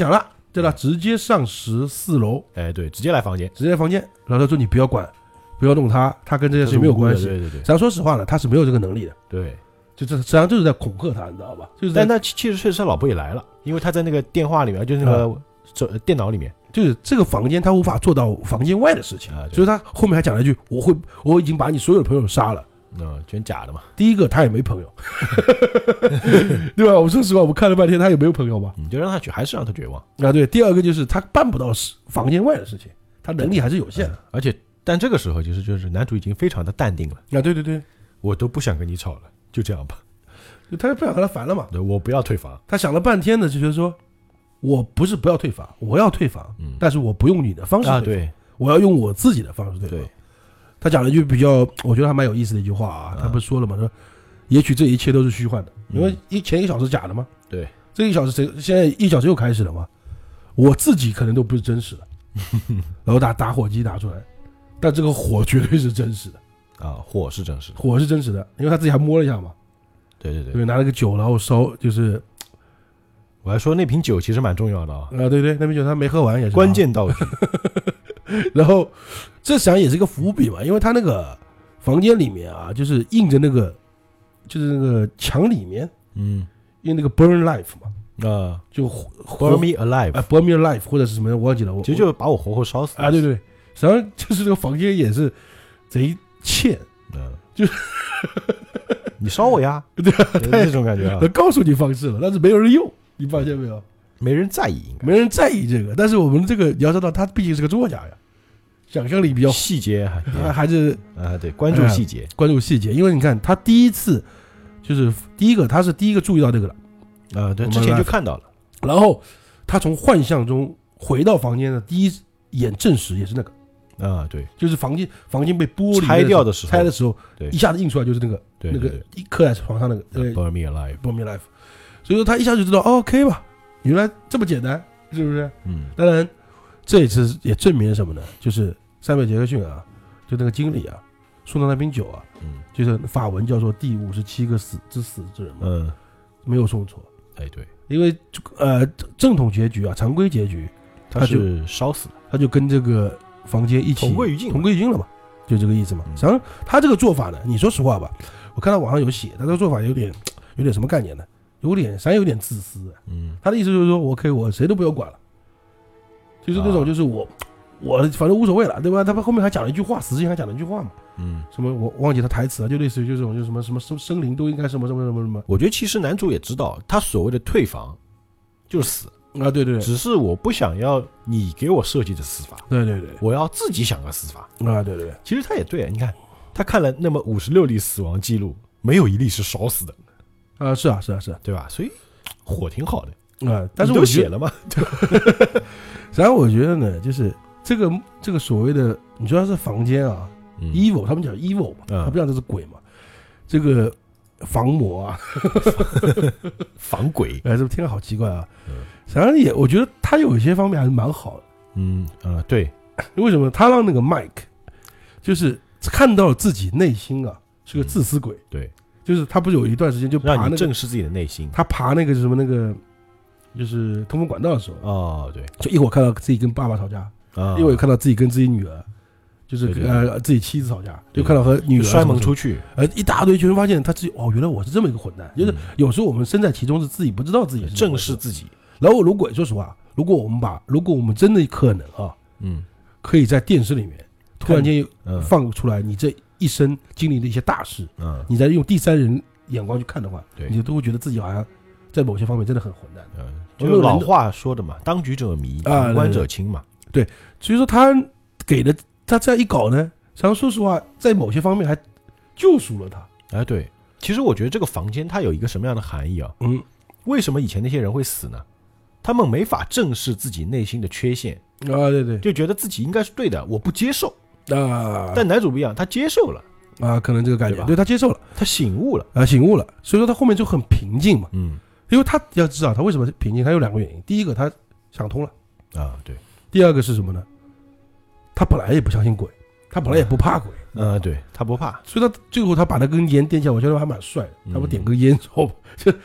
叫他直接上十四楼， 哎，对，直接来房间， 直接来房间，然后他说你不要管，不要动他，他跟这件事情没有关系。 对对对， 实际上说实话呢，他是没有这个能力的。 对， 就这实际上就是在恐吓他，你知道吧？就是但他其实确实他老婆也来了，因为他在那个电话里面，就是那个这、嗯、电脑里面， 就是这个房间他无法做到房间外的事情， 啊、 所以他后面还讲了一句：“我会，我已经把你所有的朋友杀了。” 嗯，全假的嘛。 第一个他也没朋友，对吧？我说实话，我们看了半天，他也没有朋友嘛。 你就让他绝，还是让他绝望啊？对。第二个就是他办不到房间外的事情，他能力还是有限的。 嗯、而且，但这个时候就是就是男主已经非常的淡定了。 啊，对对对， 我都不想跟你吵了，就这样吧。 他不想和他烦了嘛？ 对，我不要退房。 他想了半天呢，就觉得说，我不是不要退房，我要退房，嗯、但是我不用你的方式退房，啊、 对， 我要用我自己的方式退房。 对。 他讲了一句比较，我觉得还蛮有意思的一句话啊。他不是说了吗？说，也许这一切都是虚幻的，因为一前一个小时假的嘛。 对， 这一小时谁现在一小时又开始了嘛？我自己可能都不是真实的，然后打打火机拿出来，但这个火绝对是真实的啊，火是真实的， 火是真实的，因为他自己还摸了一下嘛。 对对对， 对，拿了个酒然后烧，就是我还说那瓶酒其实蛮重要的啊。 啊，对对，那瓶酒他没喝完也是关键道具。 然后这实际上也是一个伏笔嘛，因为他那个房间里面啊，就是印着那个，就是那个墙里面， 嗯， 印那个 burn life 嘛， 啊， 就 burn me alive， 啊 burn me alive 或者是什么，我忘记了，我其实就把我活活烧死啊，对对，实际上就是这个房间也是贼欠， 嗯， 就是你烧我呀， 对啊， 这种感觉啊， 他告诉你方式了，但是没有人用，你发现没有？ 没人在意， 没人在意这个，但是我们这个你要知道，他毕竟是个作家呀。想象力比较细节还还是啊，对，关注细节， 关注细节，因为你看他第一次就是第一个，他是第一个注意到这个了啊，对，之前就看到了， 然后他从幻象中回到房间的第一眼证实也是那个啊，对， 就是房间房间被玻璃拆掉的时候， 拆的时候， 对， 一下子印出来就是那个那个一刻在床上那个 burn me alive，burn me alive， 所以说他一下就知道 OK 吧，原来这么简单，是不是？ 嗯， 当然这一次也证明了什么呢？就是塞缪尔·杰克逊啊，就那个经理啊，送到那瓶酒啊， 嗯， 就是法文叫做第五十七个死之死之人嘛， 嗯， 没有送错， 哎对， 因为呃正统结局啊，常规结局， 他是烧死了， 他就跟这个房间一起同归于尽， 同归于尽了嘛，就这个意思嘛。实际上他这个做法呢，你说实话吧，我看到网上有写，他这个做法有点有点什么概念呢？有点实际上有点自私， 嗯， 他的意思就是说我可以我谁都不要管了，就是那种就是我。我反正无所谓了，对吧？他们后面还讲了一句话，死之前还讲了一句话嘛， 嗯，什么我忘记他台词了，就类似于就这种，就什么什么生生灵都应该什么什么什么什么。 我觉得其实男主也知道，他所谓的退房就是死啊，对对对， 只是我不想要你给我设计的死法， 对对对， 我要自己想个死法啊，对对对。 其实他也对，你看他看了那么五十六例死亡记录，没有一例是烧死的， 啊，是啊是啊是啊， 对吧？所以火挺好的啊，但是我都写了嘛，对吧？ 然后我觉得呢，就是。这个这个所谓的，你说他是房间啊、嗯、，evil， 他们讲 evil 嘛，嗯、他不讲这是鬼嘛，这个房魔啊， 房鬼， 哎，这听着好奇怪啊。实际上也，我觉得他有一些方面还是蛮好的。 嗯啊、呃，对， 为什么他让那个 Mike 就是看到了自己内心啊是个自私鬼？ 嗯、对， 就是他不是有一段时间就爬、那个、 让你正视自己的内心， 他爬那个什么那个就是通风管道的时候， 哦，对， 就一会儿看到自己跟爸爸吵架。啊，因为看到自己跟自己女儿，就是对对对呃自己妻子吵架，就看到和女儿摔门出去， 呃一大堆，全发现他自己哦，原来我是这么一个混蛋。就是有时候我们身在其中是自己不知道自己是正视自己。 然后如果说实话，如果我们把如果我们真的可能啊， 嗯， 可以在电视里面突然间放出来你这一生经历的一些大事，嗯，你再用第三人眼光去看的话，你就都会觉得自己好像在某些方面真的很混蛋。 嗯，就老话说的嘛，当局者迷，旁观者清嘛。 对，所以说他给的他这样一搞呢，实际上说实话，在某些方面还救赎了他。 哎，对，其实我觉得这个房间它有一个什么样的含义啊？ 嗯， 为什么以前那些人会死呢？他们没法正视自己内心的缺陷啊，对对， 就觉得自己应该是对的，我不接受啊。 但男主不一样，他接受了啊，可能这个感觉，对他接受了， 他醒悟了啊，醒悟了，所以说他后面就很平静嘛。 嗯， 因为他要知道他为什么平静，他有两个原因，第一个他想通了啊，对。 第二个是什么呢？他本来也不相信鬼，他本来也不怕鬼， 呃，对他不怕， 所以他最后他把那根烟点起来，我觉得还蛮帅的。他不点根烟之后，就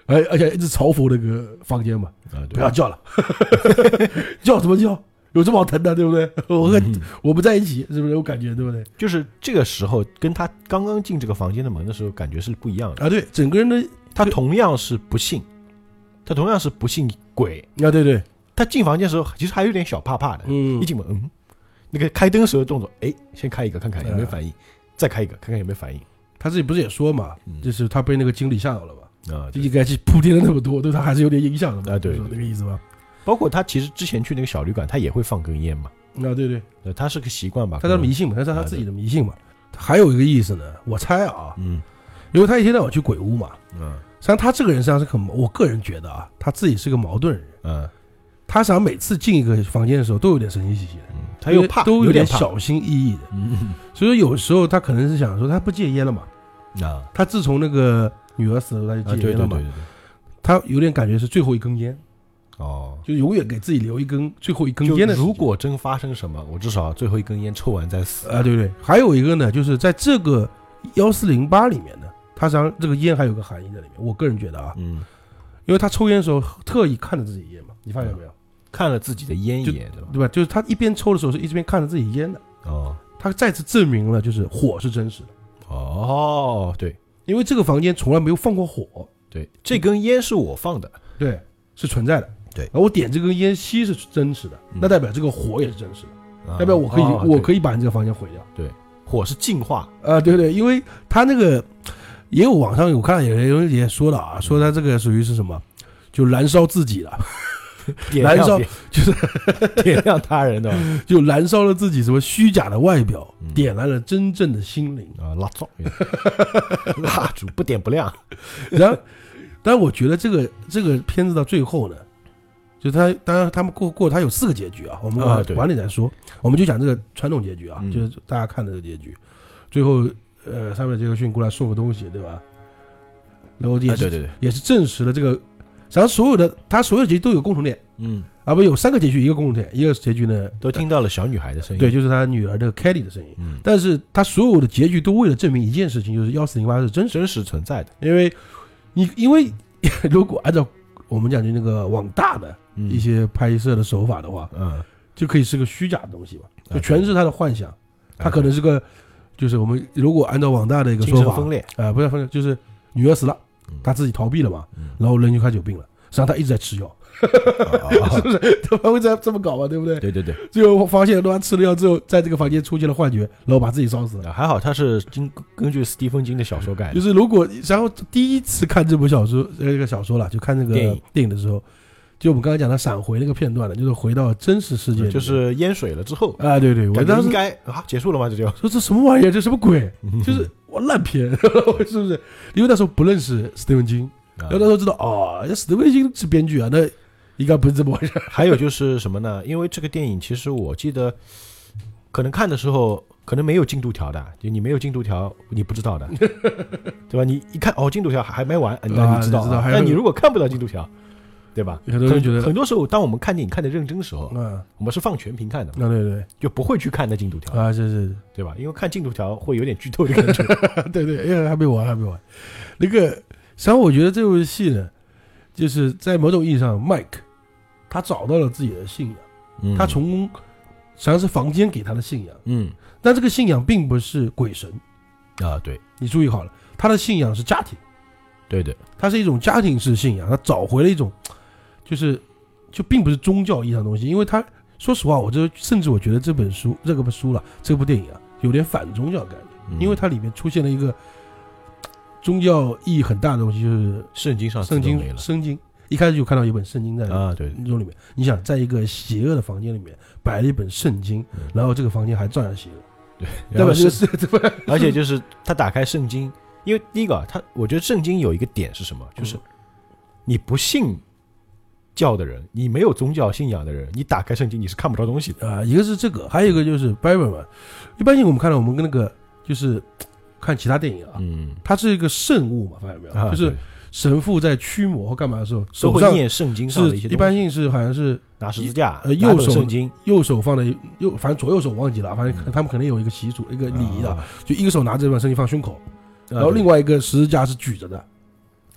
而而且一直嘲讽那个房间嘛， 啊，对不要叫了，叫什么叫？有这么好疼的，对不对？我和、嗯、我们在一起，是不是有感觉，对不对？ 就是这个时候跟他刚刚进这个房间的门的时候，感觉是不一样的啊。对，整个人的他同样是不信，他同样是不信鬼啊。对对， 他进房间的时候其实还有点小怕怕的， 嗯， 一进门，嗯，那个开灯时候的动作，哎，先开一个看看有没有反应，啊、再开一个看看有没有反应。 他自己不是也说嘛，嗯、就是他被那个经理吓到了嘛， 啊， 就应该去铺垫了那么多，对他还是有点影响的嘛， 啊，对， 那个意思吧。 包括他其实之前去那个小旅馆，他也会放根烟嘛。 啊，对对， 他是个习惯吧， 他的迷信嘛，他是他自己的迷信嘛。还有一个意思呢，我猜啊， 嗯， 因为他一天到晚去鬼屋嘛， 嗯， 实际上他这个人实际上是很，我个人觉得啊，他自己是个矛盾人， 嗯， 他实际上每次进一个房间的时候都有点神经兮兮的， 嗯，他又怕， 都有点小心翼翼的， 嗯， 所以说有时候他可能是想说他不戒烟了嘛， 啊， 他自从那个女儿死了他就戒烟了嘛， 啊、对对对对对， 他有点感觉是最后一根烟。 哦， 就永远给自己留一根最后一根烟的。 如果真发生什么，我至少最后一根烟抽完再死啊！对对，还有一个呢，就是在这个幺四零八里面呢，它实际上这个烟还有个含义在里面。我个人觉得啊， 嗯， 因为他抽烟的时候特意看着自己烟嘛，你发现没有？ 嗯、看了自己的烟一眼，对吧？ 对吧？就是他一边抽的时候是一边看着自己烟的。 哦， 他再次证明了就是火是真实的。 哦，对， 因为这个房间从来没有放过火。 对，这根烟是我放的， 对，是存在的。 对， 而我点这根烟吸是真实的， 嗯、 那代表这个火也是真实的， 啊、 代表我可以、 哦、 我可以把你这个房间毁掉。 对，火是净化啊、呃，对对，因为他那个也有网上我看有人也说了啊，说他这个属于是什么，就燃烧自己了，燃烧就是点亮他人的， 就燃烧了自己什么虚假的外表，嗯、点燃了真正的心灵啊，蜡烛，蜡烛不点不亮， 然后。但我觉得这个这个片子到最后呢，就他当然他们过过他有四个结局啊，我们晚点再说，啊、我们就讲这个传统结局啊，嗯、就是大家看的这个结局，最后呃上面杰克逊过来送个东西，对吧？然后也是、 啊、对对对， 也是证实了这个，实际上所有的他所有结局都有共同点， 嗯， 啊不有三个结局一个共同点，一个结局呢都听到了小女孩的声音， 对，就是他女儿的 Kelly 的声音， 嗯， 但是他所有的结局都为了证明一件事情，就是幺四零八是真实真实存在的， 因为。你因为如果按照我们讲的那个网大的一些拍摄的手法的话， 嗯， 就可以是个虚假的东西嘛，就全是他的幻想，他可能是个，就是我们如果按照网大的一个说法， 分裂啊，不是分裂，就是女儿死了，他自己逃避了嘛，然后人就开始有病了，实际上他一直在吃药。是不是他们会这样这么搞嘛？对不对？ 对对对。 最后发现他吃了药之后，在这个房间出现了幻觉，然后把自己烧死了。 还好他是经根据斯蒂芬金的小说改的。 就是如果然后第一次看这部小说，这个小说了，就看那个电影电影的时候，就我们刚才讲的闪回那个片段了，就是回到真实世界， 就是淹水了之后啊，对对，我当时应该啊结束了吗？这就说这什么玩意儿？这什么鬼？就是我烂片，是不是？因为那时候不认识斯蒂芬金，然后那时候知道哦，史蒂芬金是编剧啊，那。应该不是这么回事。 还有就是什么呢？因为这个电影其实我记得，可能看的时候可能没有进度条的，就你没有进度条，你不知道的，对吧？你一看哦，进度条还没完，那你知道。啊、但你如果看不到进度条，对吧？ 很多人觉得， 很多时候当我们看电影看得认真的时候，嗯，我们是放全屏看的， 啊对对， 就不会去看那进度条啊，是是， 对吧？因为看进度条会有点剧透的感觉。 对对，因为还没完，还没完。那个，实际上我觉得这部戏呢，就是在某种意义上，Mike。他找到了自己的信仰，嗯、他从实际上是房间给他的信仰， 嗯， 但这个信仰并不是鬼神啊，对， 你注意好了，他的信仰是家庭， 对对， 他是一种家庭式信仰，他找回了一种，就是就并不是宗教意义上的东西，因为他说实话，我这甚至我觉得这本书这个书了，这部电影啊，有点反宗教概念，嗯、因为它里面出现了一个宗教意义很大的东西，就是圣经上圣经圣经。一开始就看到一本圣经在啊，对， 这里面，你想在一个邪恶的房间里面摆了一本圣经，嗯、然后这个房间还照样邪恶， 对， 对吧？是，对吧？ 而且就是他打开圣经，因为第一个，他我觉得圣经有一个点是什么，就是你不信教的人，你没有宗教信仰的人，你打开圣经你是看不到东西的啊。一个是这个，还有一个就是 Bible 嘛，一般性我们看到我们跟那个就是看其他电影啊，嗯，它是一个圣物嘛，发现没有？啊、就是。神父在驱魔或干嘛的时候，手上念圣经上的一些， 一般性是好像是拿十字架， 呃，右手圣经， 右手放在右，反正左右手忘记了，反正他们可能有一个习俗，一个礼仪的，就一个手拿着这本圣经放胸口，然后另外一个十字架是举着的，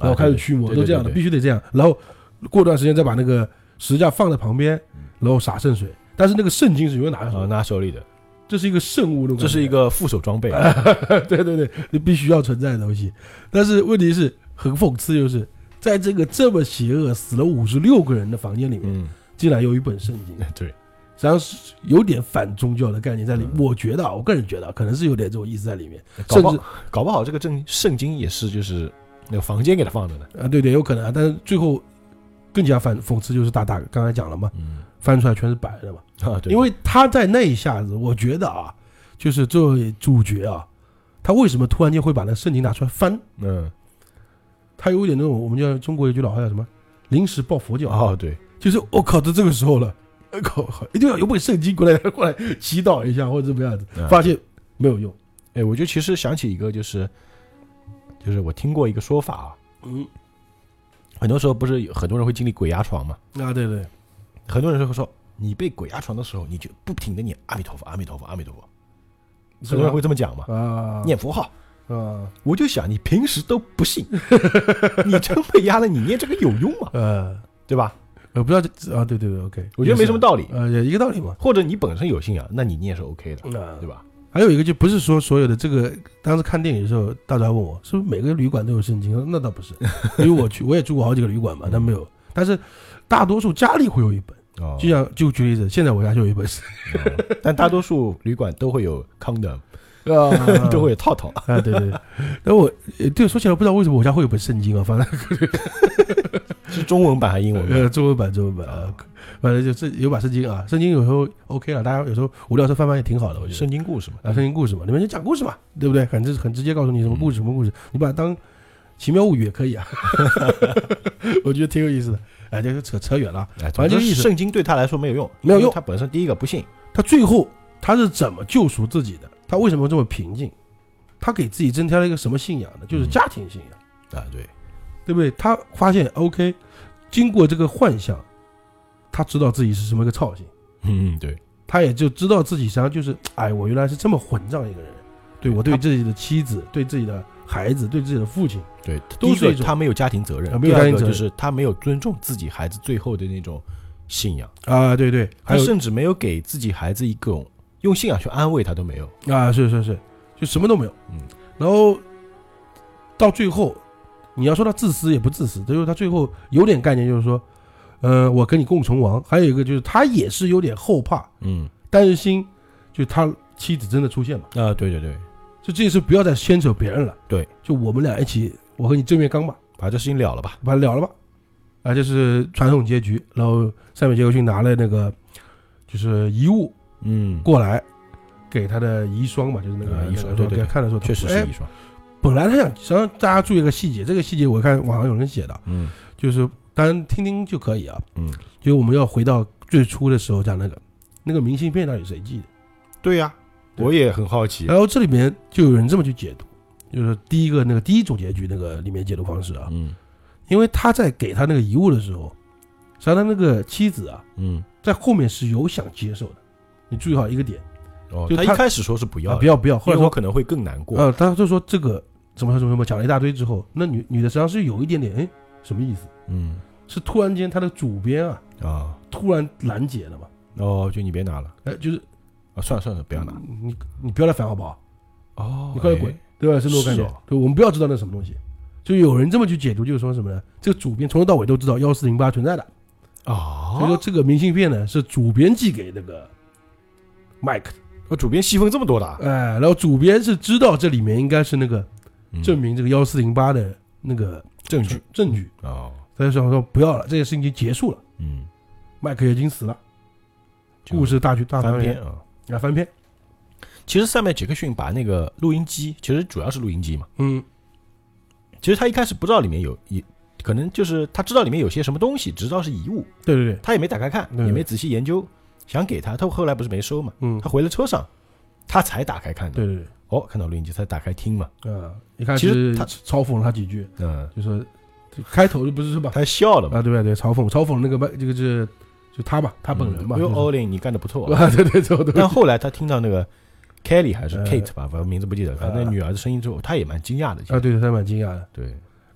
然后开始驱魔， 啊、 都这样的，必须得这样。然后过段时间再把那个石架放在旁边，然后洒圣水。但是那个圣经是永远拿在手、 哦、拿手里的， 这是一个圣物， 这是一个副手装备。 对对对，你必须要存在的东西。但是问题是很讽刺，就是在这个这么邪恶、死了五十六个人的房间里面，嗯、竟然有一本圣经。 对， 实际上是有点反宗教的概念在里面。嗯、我觉得啊，我个人觉得可能是有点这种意思在里面。甚至搞不好这个正圣经也是就是那个房间给他放的呢。 啊，对对，有可能啊。但是最后更加反讽刺就是大大刚才讲了嘛。嗯，翻出来全是白的嘛， 啊，对， 因为他在那一下子，我觉得啊，就是这位主角啊，他为什么突然间会把那圣经拿出来翻？嗯，他有一点那种我们叫中国有句老话叫什么“临时抱佛脚” 哦，对， 就是我、哦、靠，到这个时候了，靠，一定要有本圣经过来过来祈祷一下或者怎么样子，嗯、发现没有用。 哎，我就其实想起一个，就是就是我听过一个说法啊，嗯，很多时候不是有很多人会经历鬼压床嘛？ 啊，对对。 很多人会说，你被鬼压床的时候，你就不停的念阿弥陀佛，阿弥陀佛，阿弥陀佛。很多人会这么讲嘛？啊，念符号啊。我就想，你平时都不信，你真被压了，你念这个有用吗？呃，对吧？ 呃，不知道啊，对对对 ，OK， 我觉得没什么道理。 呃，也一个道理嘛。 或者你本身有信仰，那你念是 OK 的， 嗯、 对吧？ 还有一个就不是说所有的这个，当时看电影的时候，大家问我是不是每个旅馆都有圣经？那倒不是，因为我去我也住过好几个旅馆嘛，但没有。但是大多数家里会有一本。哦、就像就举例子，现在我家就有一本、 哦，但大多数旅馆都会有 condom， 啊，都会有套套啊，对对。但我对说起来，不知道为什么我家会有本圣经啊，反正是中文版还是英文版？ 呃，中文版，中文版啊，反正就是有把圣经啊，圣经有时候 OK 了，大家有时候无聊时候翻翻也挺好的，我觉得。 圣经故事嘛， 啊，圣经故事嘛，里面就讲故事嘛，对不对？很直很直接告诉你什么故事什么故事，你把它当奇妙物语也可以啊，我觉得挺有意思的。哎，这个扯扯远了，反正就意思。 圣经对他来说没有用， 没有用。 他本身第一个不信， 他最后他是怎么救赎自己的？他为什么这么平静？他给自己增添了一个什么信仰呢？就是家庭信仰、 嗯、啊，对， 对不对？他发现 OK， 经过这个幻象，他知道自己是什么个操性， 嗯，对， 他也就知道自己实际上就是，哎，我原来是这么混账一个人。对，我对自己的妻子，对自己的孩子，对自己的父亲， 对，都是他没有家庭责任， 没有家庭责任， 就是他没有尊重自己孩子最后的那种信仰啊，对对， 他甚至没有给自己孩子一个用信仰去安慰他都没有啊，是是是，就什么都没有，嗯，然后到最后，你要说他自私也不自私，就是他最后有点概念，就是说，呃，我跟你共存亡，还有一个就是他也是有点后怕，嗯，担心，就他妻子真的出现嘛， 啊，对对对。 就这次不要再牵扯别人了， 对， 就我们俩一起，我和你正面刚吧， 把这事情了了吧， 把它了了吧，啊，这是传统结局。然后塞缪杰克逊拿了那个就是遗物，嗯，过来给他的遗孀嘛，就是那个遗孀，对对对， 看的时候确实是遗孀。 本来他想，实际上大家注意一个细节，这个细节我看网上有人写的，嗯，就是当然听听就可以啊，嗯，就我们要回到最初的时候讲那个那个明信片到底谁寄的？ 对呀、啊。我也很好奇， 然后这里面就有人这么去解读，就是第一个那个第一种结局那个里面解读方式啊，嗯，因为他在给他那个遗物的时候，实际上他那个妻子啊，嗯，在后面是有想接受的，你注意好一个点， 哦，就他一开始说是不要、 啊，不要不要，后来说可能会更难过， 呃，他就说这个怎么怎么怎么讲了一大堆之后，那女女的实际上是有一点点，哎，什么意思？嗯，是突然间他的主编啊啊突然拦截了嘛， 哦，就你别拿了， 哎，就是。 啊，算了算了，不要拿， 你你不要来烦好不好？ 哦， 你快点滚，对吧？是那种感觉。对，我们不要知道那什么东西。就有人这么去解读，就是说什么呢？这个主编从头到尾都知道幺四零八存在的啊，所以说这个明信片呢是主编寄给那个麦克的。 哦，主编戏份这么多的， 哎，然后主编是知道这里面应该是那个证明这个幺四零八的那个证据证据啊，他就想说不要了，这件事情已经结束了。嗯，麦克已经死了，故事大局大翻篇啊。 啊，翻篇。 其实塞缪杰克逊把那个录音机，其实主要是录音机嘛。嗯。其实他一开始不知道里面有，也可能就是他知道里面有些什么东西，只知道是遗物。 对对对。 他也没打开看，也没仔细研究，想给他，他后来不是没收嘛。嗯。他回了车上，他才打开看的。 对对对。 哦，看到录音机才打开听嘛。 嗯。一开始他嘲讽了他几句，嗯，就说开头就不是是吧？ 他笑了嘛。 啊，对对对，嘲讽嘲讽那个这个是。就他吧，他本人吧。 因为欧林，你干得不错啊！对对对。 但后来他听到那个 Kelly 还是 Kate 吧，反正名字不记得，反正那女儿的声音之后，他也蛮惊讶的。 啊，对对，他蛮惊讶的。 对。 然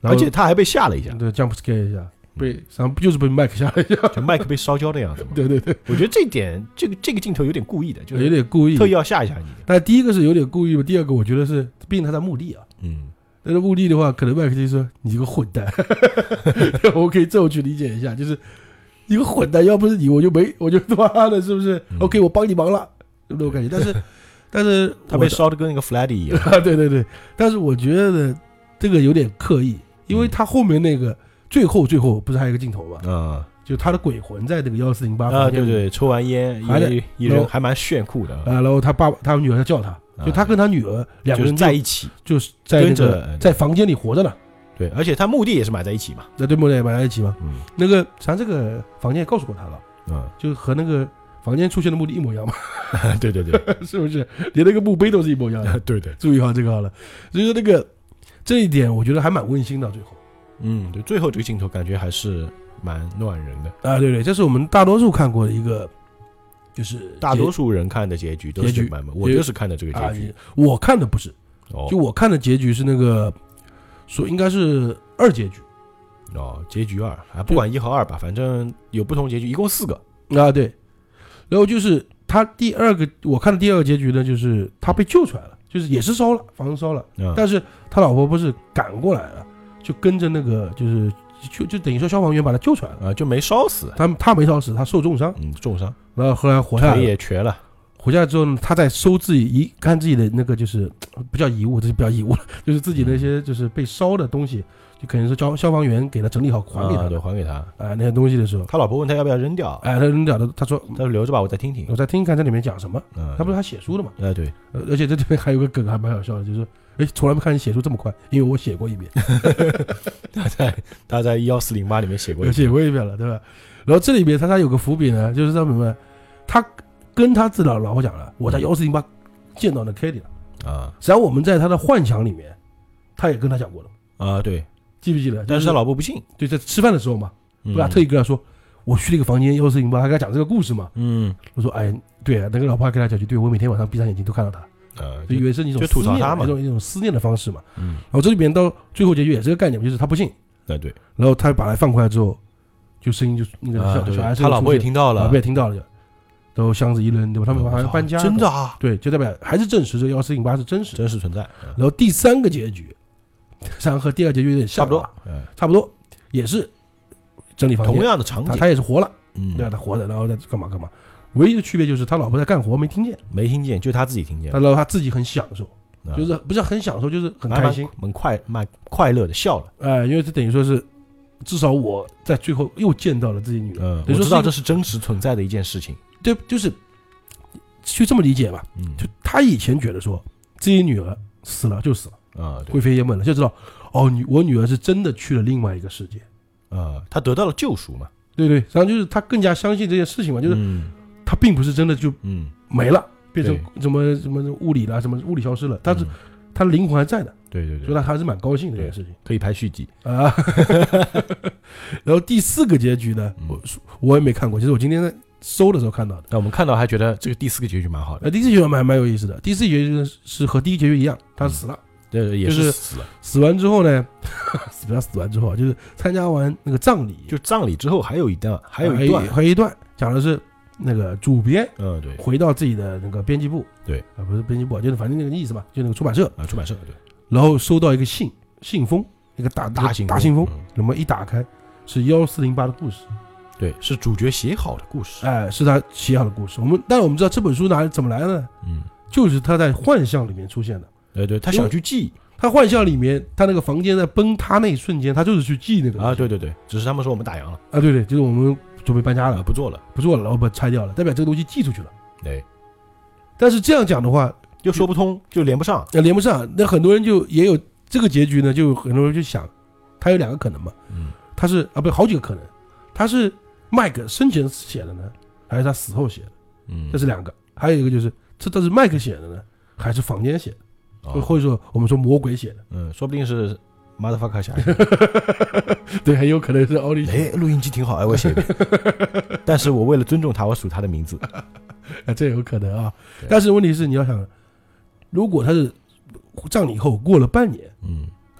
而且他还被吓了一下， 对 ，jump scare 一下，被，然后不就是被麦克吓了一下， 就麦克被烧焦的样子嘛。 对对对， 我觉得这点，这个这个镜头有点故意的，就是有点故意， 特意要吓一吓你。 但第一个是有点故意，第二个我觉得是，毕竟他在墓地啊。 嗯。 但是墓地的话，可能麦克就说你这个混蛋，我可以这么去理解一下，就是一个混蛋，要不是你，我就没，我就他妈的，是不是、嗯、？OK， 我帮你忙了，那种感觉。但是，但是他被烧的跟那个 Freddy 一样。 对对对，但是我觉得这个有点刻意，因为他后面那个最后最后不是还有一个镜头嘛？ 嗯。 就他的鬼魂在那个幺四零八啊，对对，抽完烟，一一人还蛮炫酷的啊。然后他爸爸，他女儿在叫他，就他跟他女儿两个人在一起， 就是在那个在房间里活着呢。 对，而且他墓地也是埋在一起嘛。 那对墓地也埋在一起嘛。 嗯， 那个咱这个房间也告诉过他了， 嗯， 就和那个房间出现的墓地一模一样嘛。 对对对， 是不是？连那个墓碑都是一模一样的。 对对， 注意好这个好了。所以说那个这一点，我觉得还蛮温馨的。最后， 嗯，对，最后这个镜头感觉还是蛮暖人的啊。对对，这是我们大多数看过的一个，就是大多数人看的结局都是这个版本，我就是看的这个结局。 啊、我看的不是， 哦， 就我看的结局是那个，说应该是二结局。 哦，结局二啊，不管一和二吧，反正有不同结局，一共四个啊。对，然后就是他第二个，我看的第二个结局呢，就是他被救出来了，就是也是烧了，房子烧了， 嗯、 但是他老婆不是赶过来了，就跟着那个就是就就等于说消防员把他救出来了啊，就没烧死， 他他没烧死，他受重伤， 嗯，重伤， 然后后来活下来， 腿也瘸了。 回家之后呢，他在收自己一看自己的那个就是不叫遗物，这是不叫遗物了，就是自己那些就是被烧的东西，就可能是消消防员给他整理好还给他， 啊、对，还给他啊、呃、那些东西的时候， 他老婆问他要不要扔掉， 哎、呃，他扔掉的，他说他说留着吧，我再听听， 我再听看这里面讲什么。 嗯， 他不是他写书的嘛？ 哎、呃，对， 而且这里面还有个梗还蛮好笑的，就是哎，从来没看你写书这么快，因为我写过一遍。 他在他在幺四零八里面写过一遍， 写过一遍了，对吧？然后这里面他他有个伏笔呢，就是他明白，他跟他自己老老婆讲了，我在幺四零八见到那 Kitty 了啊。 实际上我们在他的幻想里面，他也跟他讲过了啊，对， 记不记得？ 但是他老婆不信， 对，在吃饭的时候嘛， 对吧？特意跟他说，我去了一个房间幺四零八，他跟他讲这个故事嘛。 嗯， 我说，哎，对啊，那个老婆还跟他讲句，对我每天晚上闭上眼睛都看到他。 呃， 就以为是一种就吐槽他嘛， 一种一种思念的方式嘛。 嗯， 然后这里边到最后结局也是个概念，就是他不信。 对对。 然后他把他放回来之后，就声音就那个小、 啊、 小孩， 他老婆也听到了， 老婆也听到了，都箱子一扔，对吧？他们好像搬家， 真的啊？ 对，就代表还是证实这幺四零八是真实， 真实存在。 嗯、然后第三个结局，实际上和第二结局有点像， 差不多， 嗯，差不多，也是整理房间， 同样的场景， 他, 他也是活了， 嗯， 对吧？他活着，然后再干嘛干嘛。唯一的区别就是他老婆在干活没听见， 没听见，就他自己听见。 他然后他自己很享受，嗯、就是不是很享受，就是很开心， 蛮快蛮快乐的笑了。 哎、呃，因为这等于说是，至少我在最后又见到了自己女儿。 嗯，我知道这是真实存在的一件事情。 对，就是去这么理解吧。 嗯， 就他以前觉得说自己女儿死了就死了， 啊、 灰飞烟灭了，就知道哦，女我女儿是真的去了另外一个世界。 啊、呃，他得到了救赎嘛。 对对，然后就是他更加相信这件事情嘛，就是。 嗯他并不是真的就嗯没了，变成什么什么物理了，什么物理消失了，但是他的灵魂还在的。 对对对， 所以他还是蛮高兴的这件事情， 可以拍续集啊。然后第四个结局呢，我我也没看过，其实我今天在搜的时候看到的。 那我们看到还觉得这个第四个结局蛮好的。 呃，第四结局蛮蛮有意思的。第四结局是和第一结局一样，他死了， 对，也是死了。 死完之后呢，死不要死完之后啊，就是参加完那个葬礼， 就葬礼之后还有一段，还有一段， 还有一段讲的是。那个主编， 嗯，对， 回到自己的那个编辑部， 对， 啊，不是编辑部，就是反正那个意思嘛，就那个出版社啊，出版社，对， 然后收到一个信，信封，一个大大信大信封，那么一打开是幺四零八的故事， 对，是主角写好的故事， 哎，是他写好的故事。我们，但是我们知道这本书哪怎么来的呢？ 嗯， 就是他在幻象里面出现的， 对对，他想去记， 他幻象里面，他那个房间在崩塌那一瞬间，他就是去记那个啊，对对对，只是他们说我们打烊了， 啊，对对，就是我们。准备搬家了， 不做了， 不做了，然后把拆掉了，代表这个东西寄出去了。 对， 但是这样讲的话， 又说不通，就连不上， 那连不上，那很多人就也有这个结局呢，就很多人就想，他有两个可能嘛， 嗯， 他是啊，不，好几个可能，他是麦克生前写的呢，还是他死后写的？ 嗯， 这是两个，还有一个就是这都是麦克写的呢，还是坊间写的，哦、或者说我们说魔鬼写的？ 嗯，说不定是。马德法卡侠， 对，很有可能是奥利。 哎，录音机挺好，哎，我写一遍。但是我为了尊重他，我数他的名字。 啊，这有可能啊。但是问题是，你要想，如果他是葬礼后过了半年， 嗯，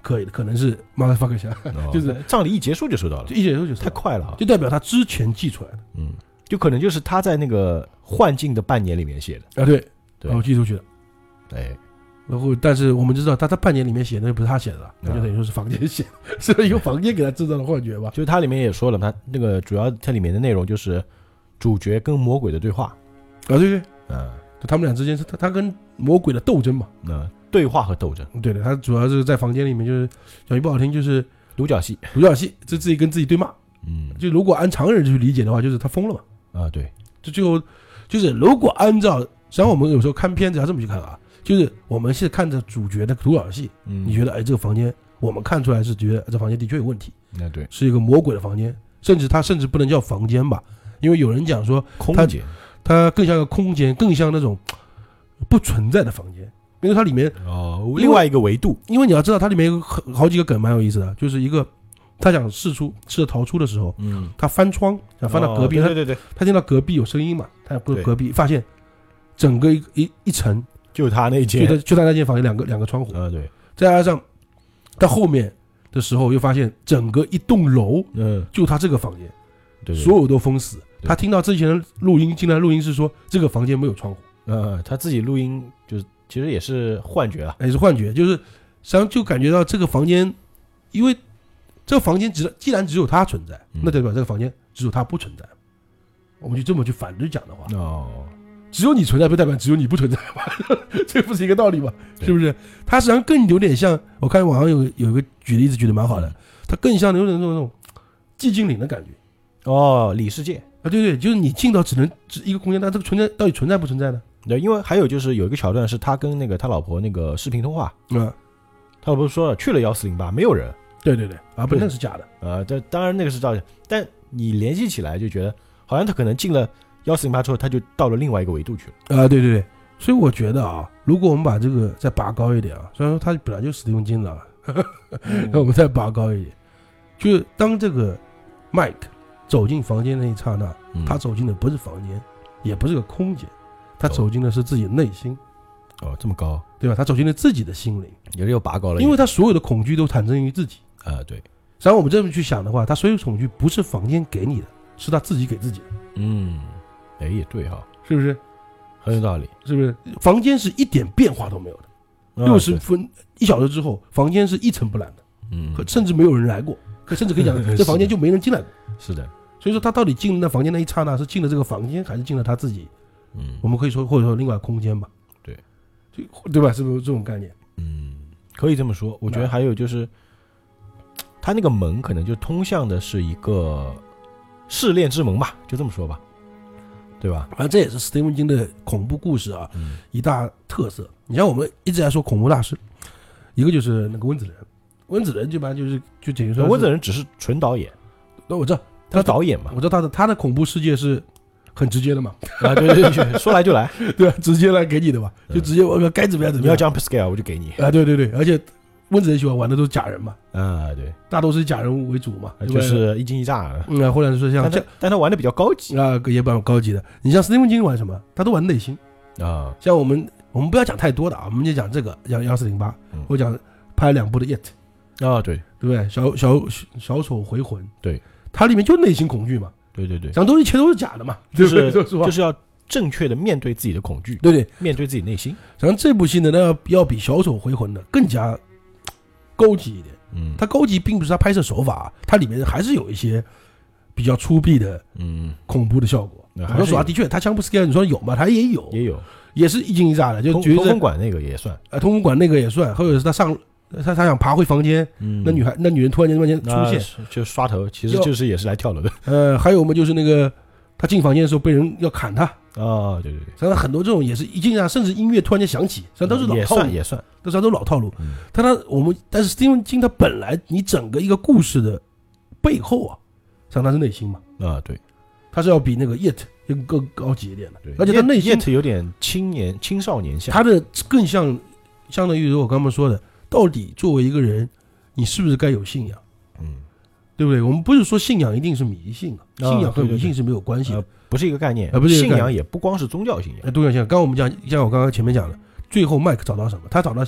可以的，可能是马克克下， 哦、 就是葬礼一结束就收到了， 一结束就太快了啊， 就代表他之前寄出来的， 嗯，就可能就是他在那个幻境的半年里面写的啊，对， 对， 然后寄出去了， 哎。 然后，但是我们知道，他在半年里面写的不是他写的了，那就等于说是房间写的，是一个房间给他制造的幻觉吧？ 就是它里面也说了，它那个主要它里面的内容就是主角跟魔鬼的对话啊，对对， 嗯， 就他们俩之间是他他跟魔鬼的斗争嘛， 那对话和斗争， 对的，他主要是在房间里面，就是讲句不好听，就是独角戏， 独角戏，就自己跟自己对骂， 嗯， 就如果按常人去理解的话，就是他疯了嘛， 啊，对， 就最后就是如果按照，实际上我们有时候看片子要这么去看啊。就是我们是看着主角的独角戏， 嗯， 你觉得哎，这个房间我们看出来是觉得这房间的确有问题， 那对， 是一个魔鬼的房间，甚至它甚至不能叫房间吧，因为有人讲说空间， 它更像个空间，更像那种不存在的房间，因为它里面哦，另外一个维度， 因为你要知道它里面有好几个梗蛮有意思的，就是一个他想试出试着逃出的时候， 嗯， 他翻窗想翻到隔壁， 哦、对对对， 他听到隔壁有声音嘛，他不隔壁发现整个一一一层。 就他那间， 就他就他那间房有两个两个窗户啊，对， 再加上到后面的时候又发现整个一栋楼， 嗯， 就他这个房间， 对， 所有都封死。他听到之前的录音，进来录音是说这个房间没有窗户， 呃，他自己录音就是其实也是幻觉啊， 也是幻觉，就是实际上就感觉到这个房间，因为这个房间只既然只有他存在， 嗯、 那代表这个房间只有他不存在。我们就这么去反着讲的话， 哦。 只有你存在，不代表只有你不存在吧？这不是一个道理吗？是不是？它实际上更有点像，我看网上有有一个举例子举的蛮好的，它更像有点那种那种寂静岭的感觉。 哦，里世界啊，对对，就是你进到只能只一个空间，但这个存在到底存在不存在呢？ 对，因为还有就是有一个桥段是他跟那个他老婆那个视频通话， 嗯， 他老婆说了去了幺四零八没有人， 对对对，啊不，那是假的， 呃，这当然那个是造假，但你联系起来就觉得好像他可能进了。幺四零八之后，他就到了另外一个维度去了。 啊，对对对，所以我觉得啊，如果我们把这个再拔高一点啊，虽然说他本来就史蒂芬金的，那我们再拔高一点，就是当这个麦克走进房间那一刹那， 嗯、 他走进的不是房间，也不是个空间，他走进的是自己的内心。 哦，这么高， 对吧？他走进了自己的心灵， 也就拔高了， 因为他所有的恐惧都产生于自己。 啊，对。 实际上我们这么去想的话，他所有恐惧不是房间给你的，是他自己给自己的。 嗯。哎，也对哈， 是不是很有道理？ 是不是？房间是一点变化都没有的，六十分一小时之后，房间是一尘不染的， 嗯， 甚至没有人来过，甚至可以讲这房间就没人进来过。 是的， 所以说他到底进了那房间那一刹那，是进了这个房间，还是进了他自己？ 嗯， 我们可以说或者说另外空间吧， 对， 就对吧？是不是这种概念？ 嗯，可以这么说。我觉得还有就是，他那个门可能就通向的是一个试炼之门吧，就这么说吧。对吧？ 反正这也是史蒂芬金的恐怖故事啊，嗯、一大特色。你像我们一直在说恐怖大师，一个就是那个温子仁，温子仁基本上就是就等于说， 温子仁只是纯导演。 那我知道他导演嘛， 我知道他的他的恐怖世界是很直接的嘛， 啊，对对对，说来就来， 对吧？直接来给你的嘛，就直接我该怎么样怎么样。 你要 jump scare 我就给你啊，对对对，而且温子仁喜欢玩的都是假人嘛， 啊，对， 大都是以假人物为主嘛， 就是一惊一乍， 嗯，或者说像但他但他玩的比较高级啊，也比较高级的。你像史蒂芬金玩什么，他都玩内心啊。 像我们我们不要讲太多的啊，我们就讲这个，讲幺四零八，我讲拍两部的 It 啊，对对不对？小小小丑回魂， 对， 它里面就内心恐惧嘛， 对对对， 讲东西一切都是假的嘛， 就是就是要正确的面对自己的恐惧， 对对， 面对自己内心。 然后这部戏呢，那要要比小丑回魂的更加高级一点。 嗯， 它高级并不是它拍摄手法，它里面还是有一些比较粗鄙的嗯恐怖的效果。我说啊，的确，他枪不 scare， 你说有吗？他也有， 也有， 也是一惊一乍的，就通通风管那个也算， 啊，通风管那个也算，或者是他上他他想爬回房间， 嗯， 那女孩那女人突然间突然间出现， 就刷头，其实就是也是来跳楼的。 呃，还有我们就是那个他进房间的时候被人要砍他啊，对对对， 实际上很多这种也是一惊一乍，甚至音乐突然间响起，实际上都是老套路， 也算也算， 都是都老套路。但他我们但是史蒂芬金他本来你整个一个故事的背后啊，实际上他是内心嘛， 啊对， 他是要比那个 It 更更高级一点的， 对， 而且他内心 It 有点青年青少年像， 他的更像相当于我刚刚说的，到底作为一个人，你是不是该有信仰？ 嗯，对不对？我们不是说信仰一定是迷信啊，信仰和迷信是没有关系的， 呃、不是一个概念， 呃、不是信仰也不光是宗教信仰， 呃，宗教信仰。刚刚我们讲，像我刚刚前面讲的，最后麦克找到什么？他找到信仰，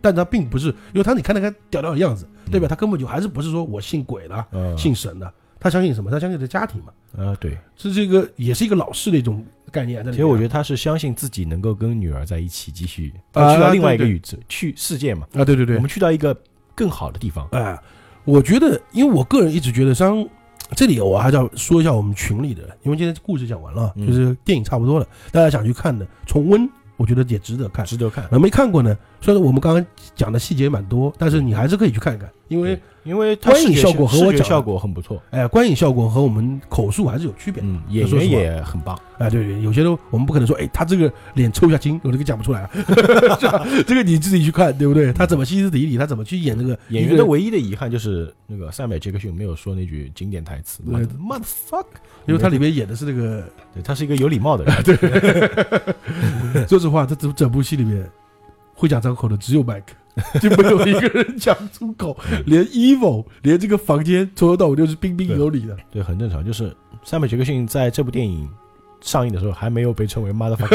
但他并不是，因为他你看那个屌屌的样子，对吧？他根本就还是不是说我信鬼的， 嗯、 信神的，他相信什么？他相信这家庭嘛。 啊、呃，对， 是这个也是一个老式的一种概念。 其实我觉得他是相信自己能够跟女儿在一起继续，啊、去到另外一个宇宙，去世界嘛。 啊，对对对， 我们去到一个更好的地方。 哎、呃，我觉得，因为我个人一直觉得，像这里我还是要说一下我们群里的，因为今天故事讲完了，嗯、就是电影差不多了，大家想去看的重温，我觉得也值得看， 值得看。 那没看过呢，虽然我们刚刚讲的细节蛮多，但是你还是可以去看看，因为因为观影效果和我讲效果很不错， 哎，观影效果和我们口述还是有区别的。 嗯，演员也很棒， 哎，对对，有些都我们不可能说，哎，他这个脸抽一下筋，我这个讲不出来啊，这个你自己去看，对不对？他怎么歇斯底里，他怎么去演这个演员的唯一的遗憾就是那个塞缪尔·杰克逊没有说那句经典台词 ，motherfuck， 因为他里面演的是那个， 对他是一个有礼貌的人。 对，说实话，这整整部戏里面会讲脏口的只有麦克。就没有一个人讲出口，连 evil 连这个房间从头到尾就是彬彬有礼的。 对，对，很正常。就是塞缪尔·杰克逊在这部电影上映的时候还没有被称为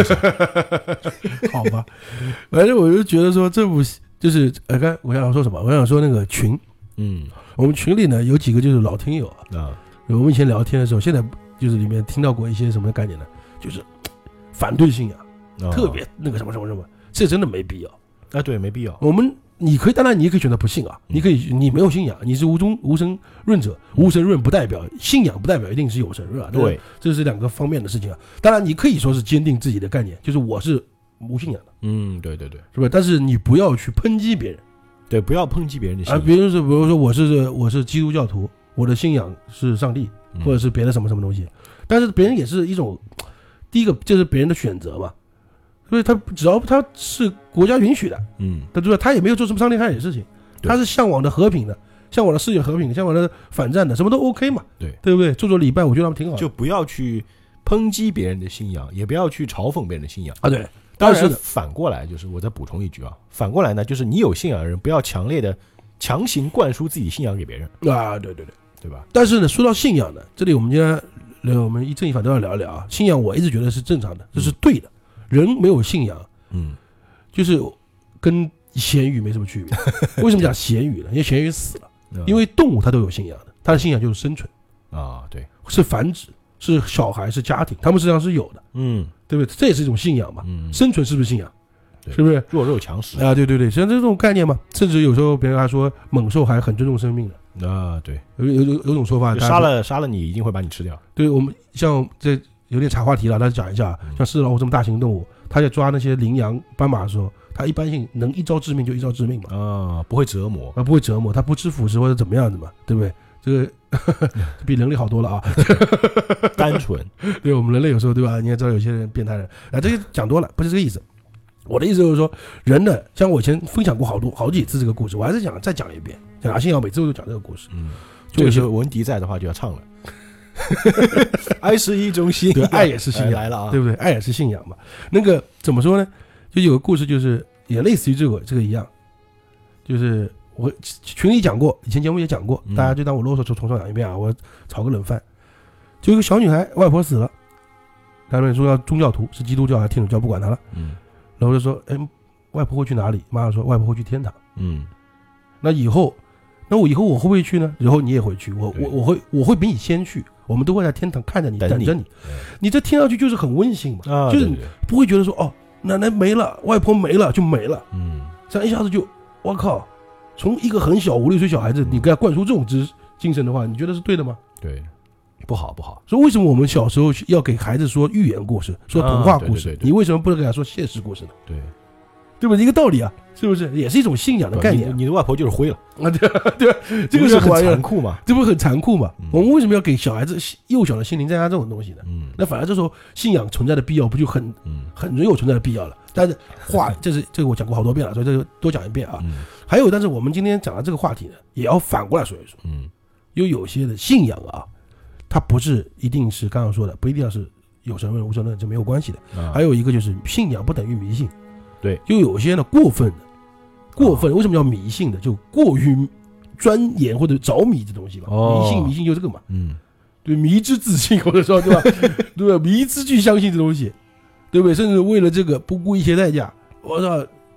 motherfucker， 好吧。反正我就觉得说这部就是呃，刚我想说什么？我想说那个群， 嗯， 我们群里呢有几个就是老听友啊，我们以前聊天的时候，现在就是里面听到过一些什么概念呢？就是反对信仰，哦、特别那个什么什么什么，这真的没必要。 啊，对，没必要。 我们你可以，当然你也可以选择不信啊，嗯、你可以，你没有信仰，你是无中无神论者，无神论不代表信仰，不代表一定是有神论啊。对，这是两个方面的事情啊。当然，你可以说是坚定自己的概念，就是我是无信仰的。 嗯，对对对， 是吧？但是你不要去抨击别人， 对，不要抨击别人的信仰。 啊，别人是，比如说我是我是基督教徒，我的信仰是上帝，或者是别的什么什么东西，嗯、但是别人也是一种，第一个这是别人的选择嘛。所以他只要他是国家允许的，嗯，他对吧？他也没有做什么伤天害理的事情，他是向往的和平的，向往的世界和平，向往的反战的，什么都 OK 嘛，对对不对？做做礼拜，我觉得他们挺好的。 就不要去抨击别人的信仰，也不要去嘲讽别人的信仰啊。对， 当然反过来就是我再补充一句啊，反过来呢，就是你有信仰的人，不要强烈的强行灌输自己信仰给别人啊。对对对， 对吧？ 但是呢，说到信仰呢，这里我们今天我们一正一反都要聊一聊啊。信仰我一直觉得是正常的，这是对的。嗯，人没有信仰，嗯，就是跟咸鱼没什么区别。为什么讲咸鱼呢？因为咸鱼死了，因为动物它都有信仰的，它的信仰就是生存啊，对， 是繁殖，是小孩，是家庭，他们实际上是有的，嗯，对不对？这也是一种信仰嘛，嗯，生存是不是信仰？是不是弱肉强食啊？对对对，像这种概念嘛，甚至有时候别人还说猛兽还很尊重生命的啊，对， 有有有有种说法， 杀了杀了你一定会把你吃掉。 对，我们像这。有点岔话题了，但是讲一下，像狮子老虎这么大型动物，他在抓那些羚羊、斑马的时候，他一般性能一招致命就一招致命嘛， 啊，不会折磨， 啊，不会折磨，他不吃腐蚀或者怎么样的嘛，对不对？这个呵呵比人类好多了啊， 单纯。 对我们人类有时候对吧？你也知道有些人变态人，啊，这个讲多了，不是这个意思。我的意思就是说，人呢，像我以前分享过好多好几次这个故事，我还是讲再讲一遍。讲阿信瑶每次都讲这个故事， 嗯，就是文迪在的话就要唱了。爱是一种信仰， 对，爱也是信仰， 来了啊， 对不对？爱也是信仰嘛。那个怎么说呢？就有个故事，就是也类似于这个这个一样，就是我群里讲过，以前节目也讲过，大家就当我啰嗦重重讲一遍啊，我炒个冷饭。就一个小女孩，外婆死了，他们说要宗教徒，是基督教还是天主教，不管他了。嗯，然后就说，哎，外婆会去哪里？妈妈说，外婆会去天堂。嗯，那以后，那我以后我会不会去呢？以后你也会去，我我我会我会比你先去。我们都会在天堂看着你，等着你。你这听上去就是很温馨嘛，啊、就是不会觉得说哦，奶奶没了，外婆没了就没了。嗯，这样一下子就，我靠，从一个很小五六岁小孩子，你给他灌输这种知精神的话，你觉得是对的吗？ 对，不好不好。 所以为什么我们小时候要给孩子说寓言故事，说童话故事？啊、对对对对，你为什么不能给他说现实故事呢？ 对。 对吧？一个道理啊，是不是？也是一种信仰的概念。 你, 你的外婆就是灰了啊，对啊，对啊，这个是很残酷嘛， 这不很残酷嘛？嗯、我们为什么要给小孩子幼小的心灵增加这种东西呢？嗯，那反而这时候信仰存在的必要不就很，嗯，很有存在的必要了？但是话，这是这个我讲过好多遍了，所以这个多讲一遍啊。嗯、还有，但是我们今天讲的这个话题呢，也要反过来说一说。嗯，因为有些的信仰啊，它不是一定是刚刚说的，不一定要是有神论、无神论，这没有关系的。啊、还有一个就是信仰不等于迷信。 对， 就有些呢过分的，过分为什么叫迷信的？就过于钻研或者着迷这东西嘛。哦、迷信迷信就这个嘛。嗯，对，迷之自信或者说对吧？对吧？迷之去相信这东西，对不对？甚至为了这个不顾一切代价，我操，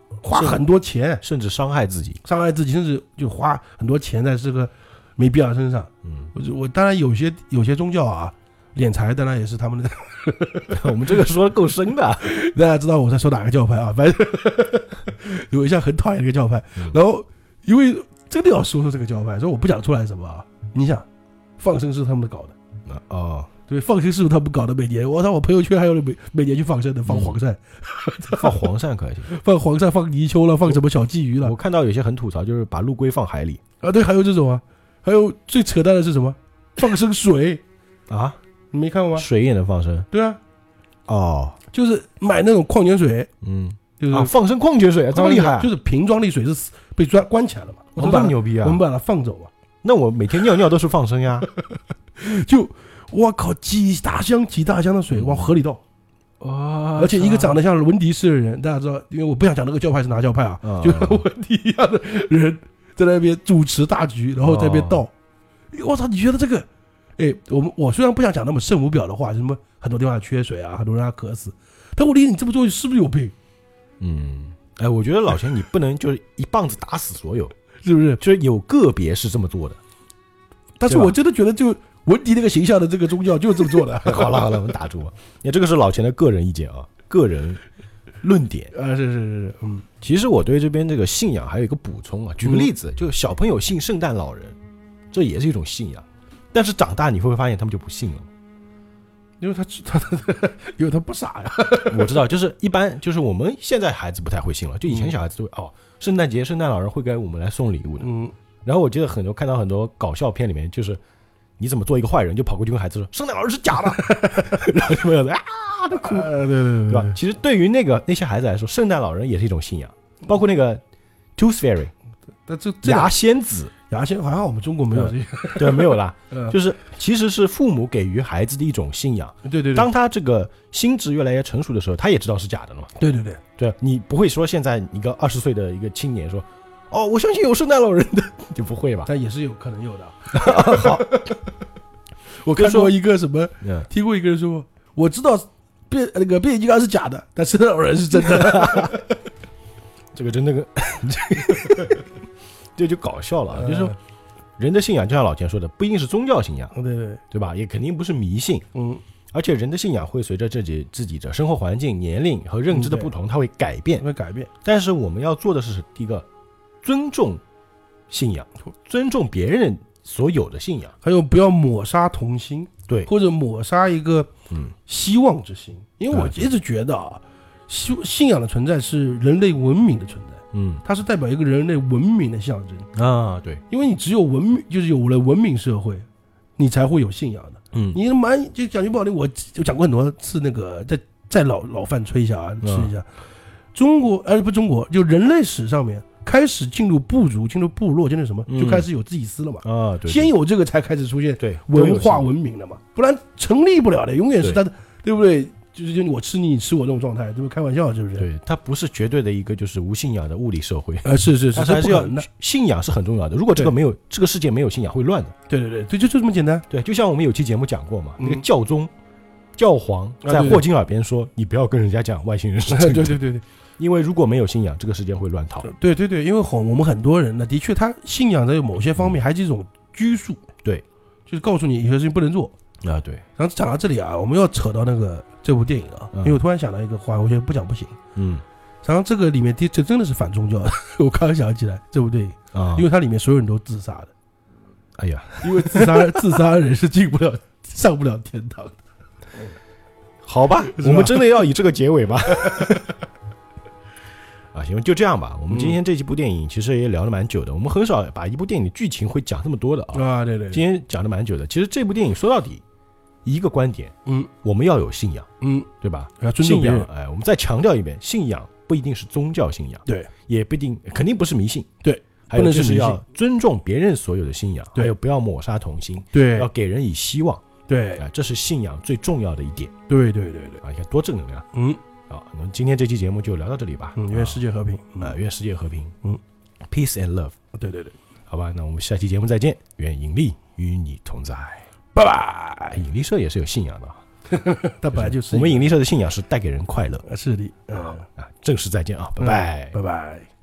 花很多钱， 甚至伤害自己， 伤害自己，甚至就花很多钱在这个没必要身上。 嗯， 我我当然有些有些宗教啊，敛财当然也是他们的。 我们这个说的够深的， 大家知道我在说哪个教派啊？反正有一项很讨厌的一个教派， 嗯、 然后因为真的要说说这个教派，所以我不讲出来什么啊。你想，放生是他们搞的啊哦。 对，放生是他们搞的，每年我操，我朋友圈还有每每年去放生的，放黄鳝， 嗯、放黄鳝可以， 放黄鳝，放泥鳅了，放什么小鲫鱼了。 我看到有些很吐槽，就是把陆龟放海里啊，对，还有这种啊，还有最扯淡的是什么？放生水啊， 你没看过吗？ 水也能放生？ 对啊， 哦， 就是买那种矿泉水， 嗯， 就是、 啊、放生矿泉水、啊、这么厉害、啊， 就是瓶装的水是被关关起来了嘛？ 我们把这么牛逼啊！ 我们把它放走啊。 那我每天尿尿都是放生呀， 就。我靠，几大箱几大箱的水往河里倒， 哇！ 而且一个长得像文迪斯的人，大家知道，因为我不想讲那个教派是哪教派啊， 啊就像文迪一样的人在那边主持大局，然后在那边倒。我操，你觉得这个？哎，我们我虽然不想讲那么圣母婊的话，什么很多地方缺水啊，很多人还渴死，但我理解你这么做是不是有病？ 嗯，哎，我觉得老钱你不能就是一棒子打死所有， 是不是？ 就是有个别是这么做的， 但是我真的觉得就。文迪那个形象的这个宗教就是这么做的。 好了好了，我们打住啊！你这个是老钱的个人意见啊，个人论点啊，是是是是，嗯。 其实我对这边这个信仰还有一个补充啊，举个例子，嗯、就小朋友信圣诞老人，这也是一种信仰，但是长大你会不会发现他们就不信了？ 因为他他因为他不傻呀。 我知道，就是一般就是我们现在孩子不太会信了，就以前小孩子都会、嗯、哦，圣诞节圣诞老人会给我们来送礼物的。嗯。然后我记得很多看到很多搞笑片里面就是。你怎么做一个坏人，就跑过去跟孩子说圣诞老人是假的，然后小朋友啊都哭， 啊、对对 对, 对, 对吧？其实对于那个那些孩子来说，圣诞老人也是一种信仰，包括那个 Tooth Fairy， 但这牙仙子， 牙仙好像我们中国没有这个， 对，没有啦，就是其实是父母给予孩子的一种信仰， 对对对， 当他这个心智越来越成熟的时候，他也知道是假的了嘛， 对对对， 对，你不会说现在一个二十岁的一个青年说。哦，我相信有圣诞老人的，就不会吧？ 但也是有可能有的。好，我看过一个什么，听过一个人说，我知道变那个变形金刚是假的，但圣诞老人是真的。 这个真的个，这就搞笑了。就是说，人的信仰，就像老钱说的，不一定是宗教信仰， 对对对吧？也肯定不是迷信。嗯。而且人的信仰会随着自己自己的生活环境、年龄和认知的不同，它会改变， 会改变。 但是我们要做的是第一个。尊重信仰，尊重别人所有的信仰， 还有不要抹杀童心， 对， 或者抹杀一个嗯希望之心。因为我一直觉得啊，信信仰的存在是人类文明的存在，嗯，它是代表一个人类文明的象征啊，对， 因为你只有文明，就是有了文明社会，你才会有信仰的，嗯，你蛮就讲句不好听，我就讲过很多次那个，再再老老饭吹一下啊，吃一下，嗯、中国哎不中国，就人类史上面。开始进入部族，进入部落，进入什么，就开始有祭司了嘛？ 啊，对， 先有这个才开始出现对文化文明了嘛，不然成立不了的，永远是他的，对不对？就是就我吃你，你吃我这种状态，对不对？开玩笑是不是？ 对，它不是绝对的一个就是无信仰的物理社会， 呃，是是是， 还是要信仰是很重要的。如果这个没有，这个世界没有信仰会乱的。 对对对对，就就这么简单。 对，就像我们有期节目讲过嘛，那个教宗、教皇在霍金耳边说：“你不要跟人家讲外星人是真的。” 对对对对。 因为如果没有信仰，这个世界会乱套。 对对对，因为我们很多人呢，的确他信仰在某些方面还是一种拘束， 对， 就是告诉你有些事情不能做啊。对。 然后讲到这里啊，我们要扯到那个这部电影啊，因为我突然想到一个话，我觉得不讲不行。嗯。然后这个里面这真的是反宗教的，我刚刚想起来这部电影啊，因为它里面所有人都自杀的。 哎呀， 因为自杀自杀人是进不了上不了天堂的。 好吧，我们真的要以这个结尾吧。啊，行，就这样吧。我们今天这几部电影其实也聊了蛮久的，我们很少把一部电影的剧情会讲这么多的啊。 啊，对 对, 对。 今天讲的蛮久的。其实这部电影说到底，一个观点，嗯，我们要有信仰，嗯，对吧？ 要尊重别人。 哎，我们再强调一遍，信仰不一定是宗教信仰， 对， 也不一定，肯定不是迷信， 对。 还有就是要尊重别人所有的信仰，还有不要抹杀童心， 对， 要给人以希望， 对， 啊，这是信仰最重要的一点。 对对对对， 啊，你看多正能量， 嗯。 好，那今天这期节目就聊到这里吧。 嗯，愿世界和平啊，愿世界和平。嗯 ，peace and love。 对对对， 好吧，那我们下期节目再见。愿引力与你同在， 拜拜。 引力社也是有信仰的。 他本来就是我们引力社的信仰是带给人快乐。 是的，嗯啊，正式再见啊，拜拜， 拜拜。